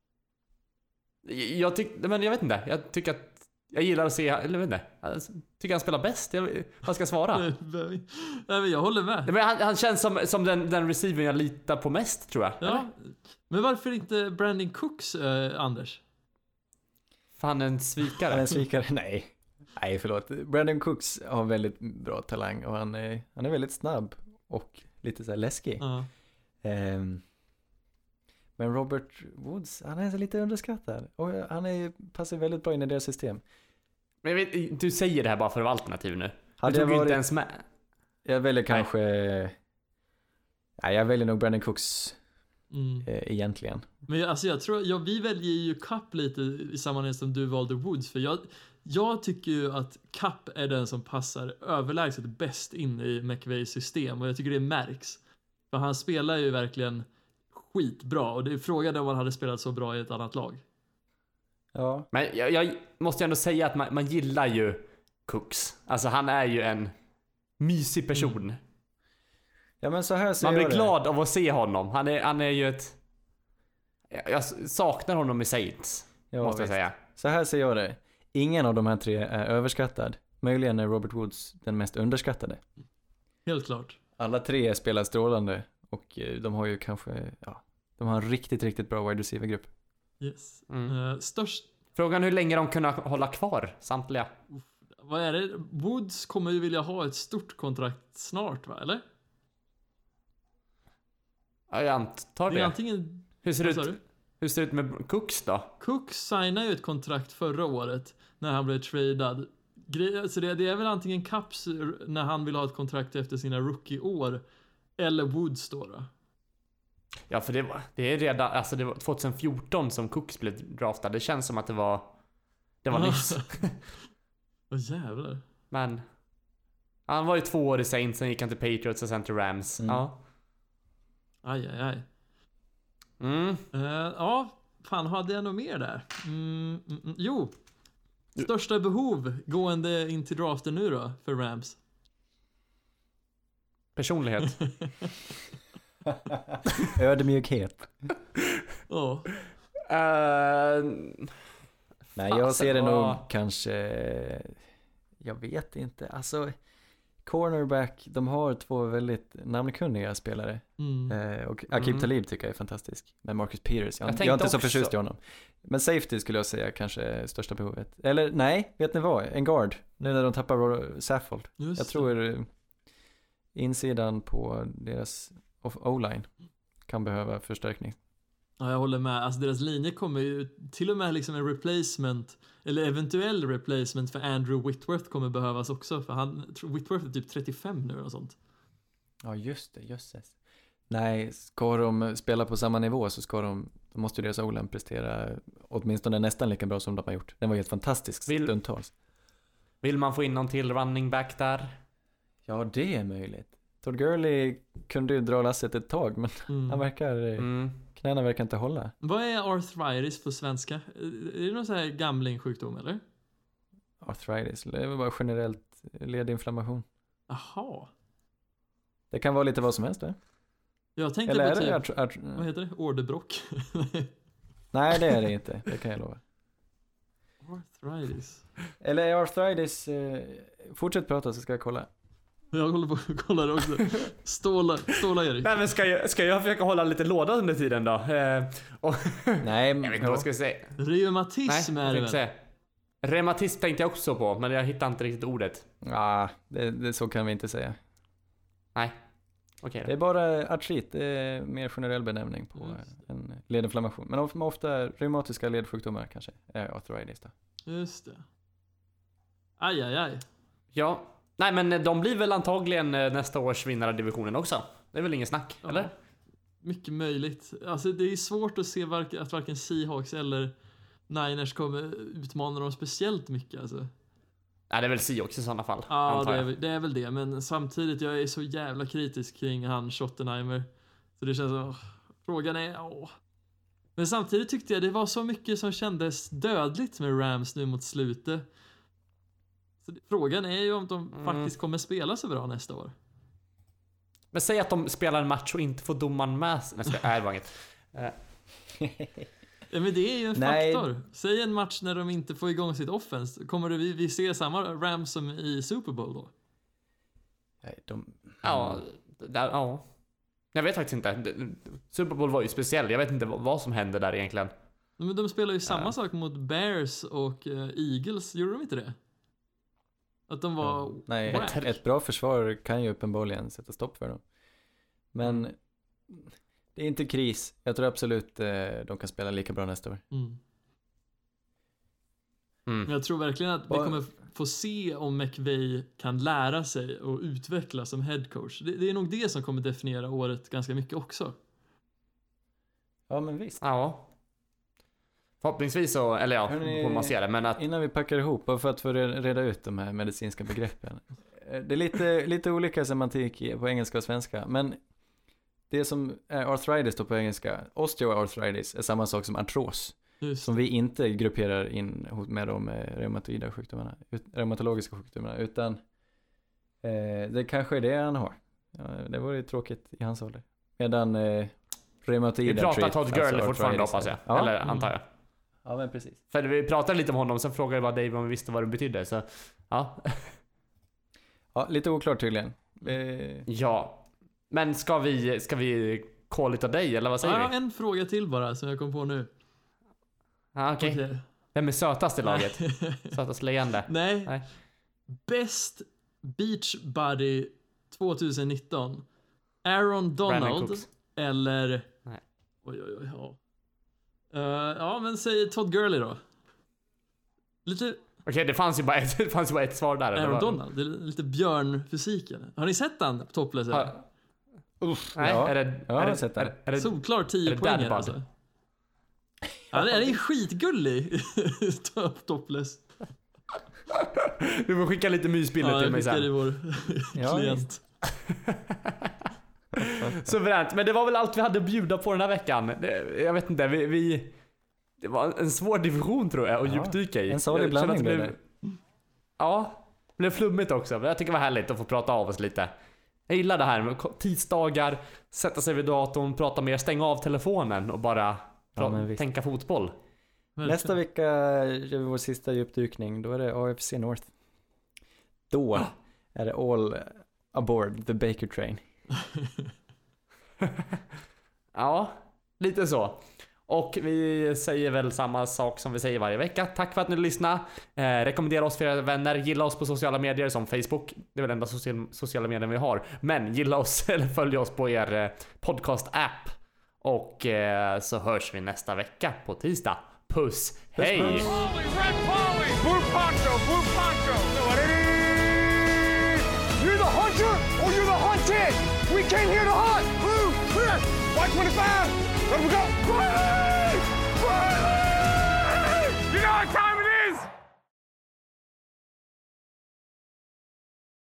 Jag tycker, men jag vet inte. Jag tycker att jag gillar att se, eller jag vet inte. Jag tycker han spelar bäst. Jag, vad ska jag svara? Nej, men jag håller med. Nej, men han, han känns som, som den, den receiver jag litar på mest, tror jag. Ja, men varför inte Brandon Cooks, eh, Anders? Fan, en Han är en svikare. svikare. Nej. Nej, förlåt. Brandon Cooks har väldigt bra talang och han är, han är väldigt snabb och lite så här läskig. Ja. Ehm, men Robert Woods, han är så lite underskattad. Och han är, passar väldigt bra in i deras system. Men jag vet, du säger det här bara för att vara alternativ nu. Jag Hade tog jag ju varit, inte ens med. jag väljer kanske... Nej, jag väljer nog Brandon Cooks Mm. eh, egentligen. Men jag, alltså jag tror, ja, vi väljer ju Cup lite i samma mån som du valde Woods. För jag, jag tycker ju att Cup är den som passar överlägset bäst in i McVays system. Och jag tycker det märks. För han spelar ju verkligen skitbra. Och det är frågan om han hade spelat så bra i ett annat lag. Ja. Men jag, jag måste ju ändå säga att man, man gillar ju Cooks. Alltså han är ju en mysig person. Mm. Ja, men så här ser Man blir jag det. glad av att se honom. Han är, han är ju ett... Jag saknar honom i Saints, Ja, måste jag visst. säga. Så här ser jag det. Ingen av de här tre är överskattad. Möjligen är Robert Woods den mest underskattade. Helt klart. Alla tre spelar strålande och de har ju kanske, ja, de har en riktigt, riktigt bra wide receiver-grupp. Yes. Mm. Uh, störst... Frågan hur länge de kunna hålla kvar samtliga. Vad är det? Woods kommer ju vilja ha ett stort kontrakt snart, va? Eller? Ja, jag antar Det det. är antingen... Hur ser, det Vad sa ut, du? hur ser det ut med Cooks då? Cook signade ju ett kontrakt förra året när han blev tradad. Gre- Så det, det är väl antingen Caps när han vill ha ett kontrakt efter sina rookie-år eller Woods då, då. Ja, för det var, det är redan, alltså det var tjugohundrafjorton som Cooks blev draftad. Det känns som att det var, det var nyss. Vad jävlar. Men han var ju två år i Saints, sen gick han till Patriots och sen till Rams. Mm. Ja. Aj, aj, aj. Mm. Uh, ja, fan hade jag nog mer där? Mm, mm, mm. Jo. Största behov gående in till draften nu då för Rams? Personlighet. Ödmjukhet. Ja. uh, Nej, jag ser det vad- nog kanske, jag vet inte, alltså cornerback, de har två väldigt namnkunniga spelare. Mm. Eh, och Aqib Mm. Talib tycker jag är fantastisk. Men Marcus Peters, jag, Jag jag, tänkte är inte så också- förtjust i honom. Men safety skulle jag säga kanske är största behovet. Eller nej, vet ni vad? En guard. Nu när de tappar Ro- Saffold. Just Jag det. tror eh, insidan på deras off- O-line kan behöva förstärkning. Ja, jag håller med. Alltså deras linje kommer ju till och med liksom en replacement eller eventuell replacement för Andrew Whitworth kommer behövas också för han Whitworth är typ trettiofem nu och sånt. Ja, just det, jösses. Nej, ska de spela på samma nivå så ska de, då måste ju deras O-line prestera åtminstone nästan lika bra som de har gjort. Den var helt fantastisk Vill- stundtals. Vill man få in någon till running back där? Ja, det är möjligt. Todd Gurley kunde ju dra lasset ett tag, men Mm. han verkar, Mm. knäna verkar inte hålla. Vad är arthritis på svenska? Är det någon sån här gamlingsjukdom eller? Arthritis, det är väl bara generellt ledinflammation. Jaha. Det kan vara lite vad som helst, det. Jag tänkte Eller är på det typ, art- art- vad heter det? Orderbråck. Nej, det är det inte. Det kan jag lova. Arthritis. Eller är arthritis... Eh, fortsätt prata så ska jag kolla. Jag håller på att kolla det också. Ståla, ståla Erik. Nej, men ska jag, ska jag försöka hålla lite låda under tiden då? Eh, och, Nej, jag vet inte vad jag ska säga. Reumatism Nej, är jag det tänkte väl? säga. Reumatism tänkte jag också på, men jag hittar inte riktigt ordet. Ja, det, det, så kan vi inte säga. Nej, okej Det är då. bara artrit, det är mer generell benämning på Just en ledinflammation. Men of- ofta reumatiska ledsjukdomar kanske är arthritis då. Just det. Aj, aj, aj. Ja, nej men de blir väl antagligen eh, nästa års vinnare av divisionen också. Det är väl ingen snack, Ja. eller? Mycket möjligt. Alltså det är svårt att se vark- att varken Seahawks eller Niners kommer utmana dem speciellt mycket alltså. Nej, det är väl Seahawks i sådana fall, Ja, antar det är, jag. väl- det är väl det. Men samtidigt, jag är så jävla kritisk kring han Schottenheimer. Så det känns som, frågan är, åh. Men samtidigt tyckte jag det var så mycket som kändes dödligt med Rams nu mot slutet. Så det, frågan är ju om de Mm. faktiskt kommer spela så bra nästa år. Men säg att de spelar en match och inte får domaren med sig. Nej, ska, nej, det var inget. Eh, Ja, men det är ju en Nej. faktor. Säg en match när de inte får igång sitt offense. Kommer det, vi, vi se samma Rams som i Super Bowl då? Nej, de... ja, där, ja. Jag vet faktiskt inte. Det- Super Bowl var ju speciell. Jag vet inte vad, vad som hände där egentligen. Men de spelar ju samma Ja. sak mot Bears och eh, Eagles, gjorde de inte det? Att de var... Ja. Nej, Wack. ett, ett bra försvar kan ju uppenbarligen sätta stopp för dem. Men det är inte kris. Jag tror absolut eh, de kan spela lika bra nästa år. Mm. Mm. Men jag tror verkligen att vi Vad- kommer få se om McVay kan lära sig och utvecklas som head coach. Det, det är nog det som kommer definiera året ganska mycket också. Ja, men visst. Ja. Förhoppningsvis så, eller ja, Hörrni- får man se det. Men att, Innan vi packar ihop, bara för att få re- reda ut de här medicinska begreppen. Eh, Det är lite, lite olika semantik i- på engelska och svenska, men det som är arthritis då på engelska, osteoarthritis, är samma sak som artros, Just. som vi inte grupperar in hos- med de eh, reumatoida sjukdomarna, ut, reumatologiska sjukdomarna, utan eh, det kanske är det han har. Ja, det vore ju tråkigt i hans ålder. Medan eh, vi reumatoida pratar arthrit, Todd Gurley alltså fortfarande, arthritis, hoppas jag. ja. Eller Mm. antar jag. Ja, men precis. För vi pratade lite om honom, sen frågade jag bara Dave om vi visste vad det betydde, så ja. Ja, lite oklart tydligen. Eh... Ja. Men ska vi, ska vi call lite av dig, eller vad säger Ja, jag vi? har en fråga till bara som jag kom på nu. Ja, okej. Okay. Okej. Vem är sötast i laget? Sötast leende? Nej. Nej. Best Beach Buddy tjugonitton. Aaron Brandon Donald Cooks. eller... Nej. Oj, oj, oj. Ja, uh, ja men säg Todd Gurley då. Lite... Okej, okay, det fanns ju bara ett, det fanns ju bara ett svar där. Aaron var... Donald, det är lite björnfysiken. Har ni sett han på topless? Ha... Uff, nej, ja. är det... Ja, är jag har det, sett det. är, är det solklar tio poäng alltså. Han är, han är skitgullig topless. Du får skicka lite mysbilder ja, till mig sen. Ja, jag skickar i vår klient. Suveränt, men det var väl allt vi hade att bjuda på den här veckan. Det, jag vet inte, vi, vi... Det var en svår division tror jag att ja, djupdyka i. En salig blandning blev det. Ja, det blev flummigt också. Men jag tycker det var härligt att få prata av oss lite. Jag gillar det här med tisdagar, sätta sig vid datorn, prata mer, stänga av telefonen och bara ja, pra- tänka fotboll. Nästa vecka gör vi vår sista djupdykning. Då är det A F C North. Då är det all aboard the Baker train. Ja, lite så. Och vi säger väl samma sak som vi säger varje vecka. Tack för att ni lyssnade. Eh, rekommendera oss för era vänner. Gilla oss på sociala medier som Facebook. Det är väl enda social- sociala medier vi har. Men gilla oss eller följ oss på er eh, podcast-app. Och eh, så hörs vi nästa vecka på tisdag. Puss, hej! Polly, red Polly! Blue poncho, blue poncho! You're the hunter or you're the hunted! We came here to hunt! Blue, clear! White twenty-five! Let we go! Riley! Riley!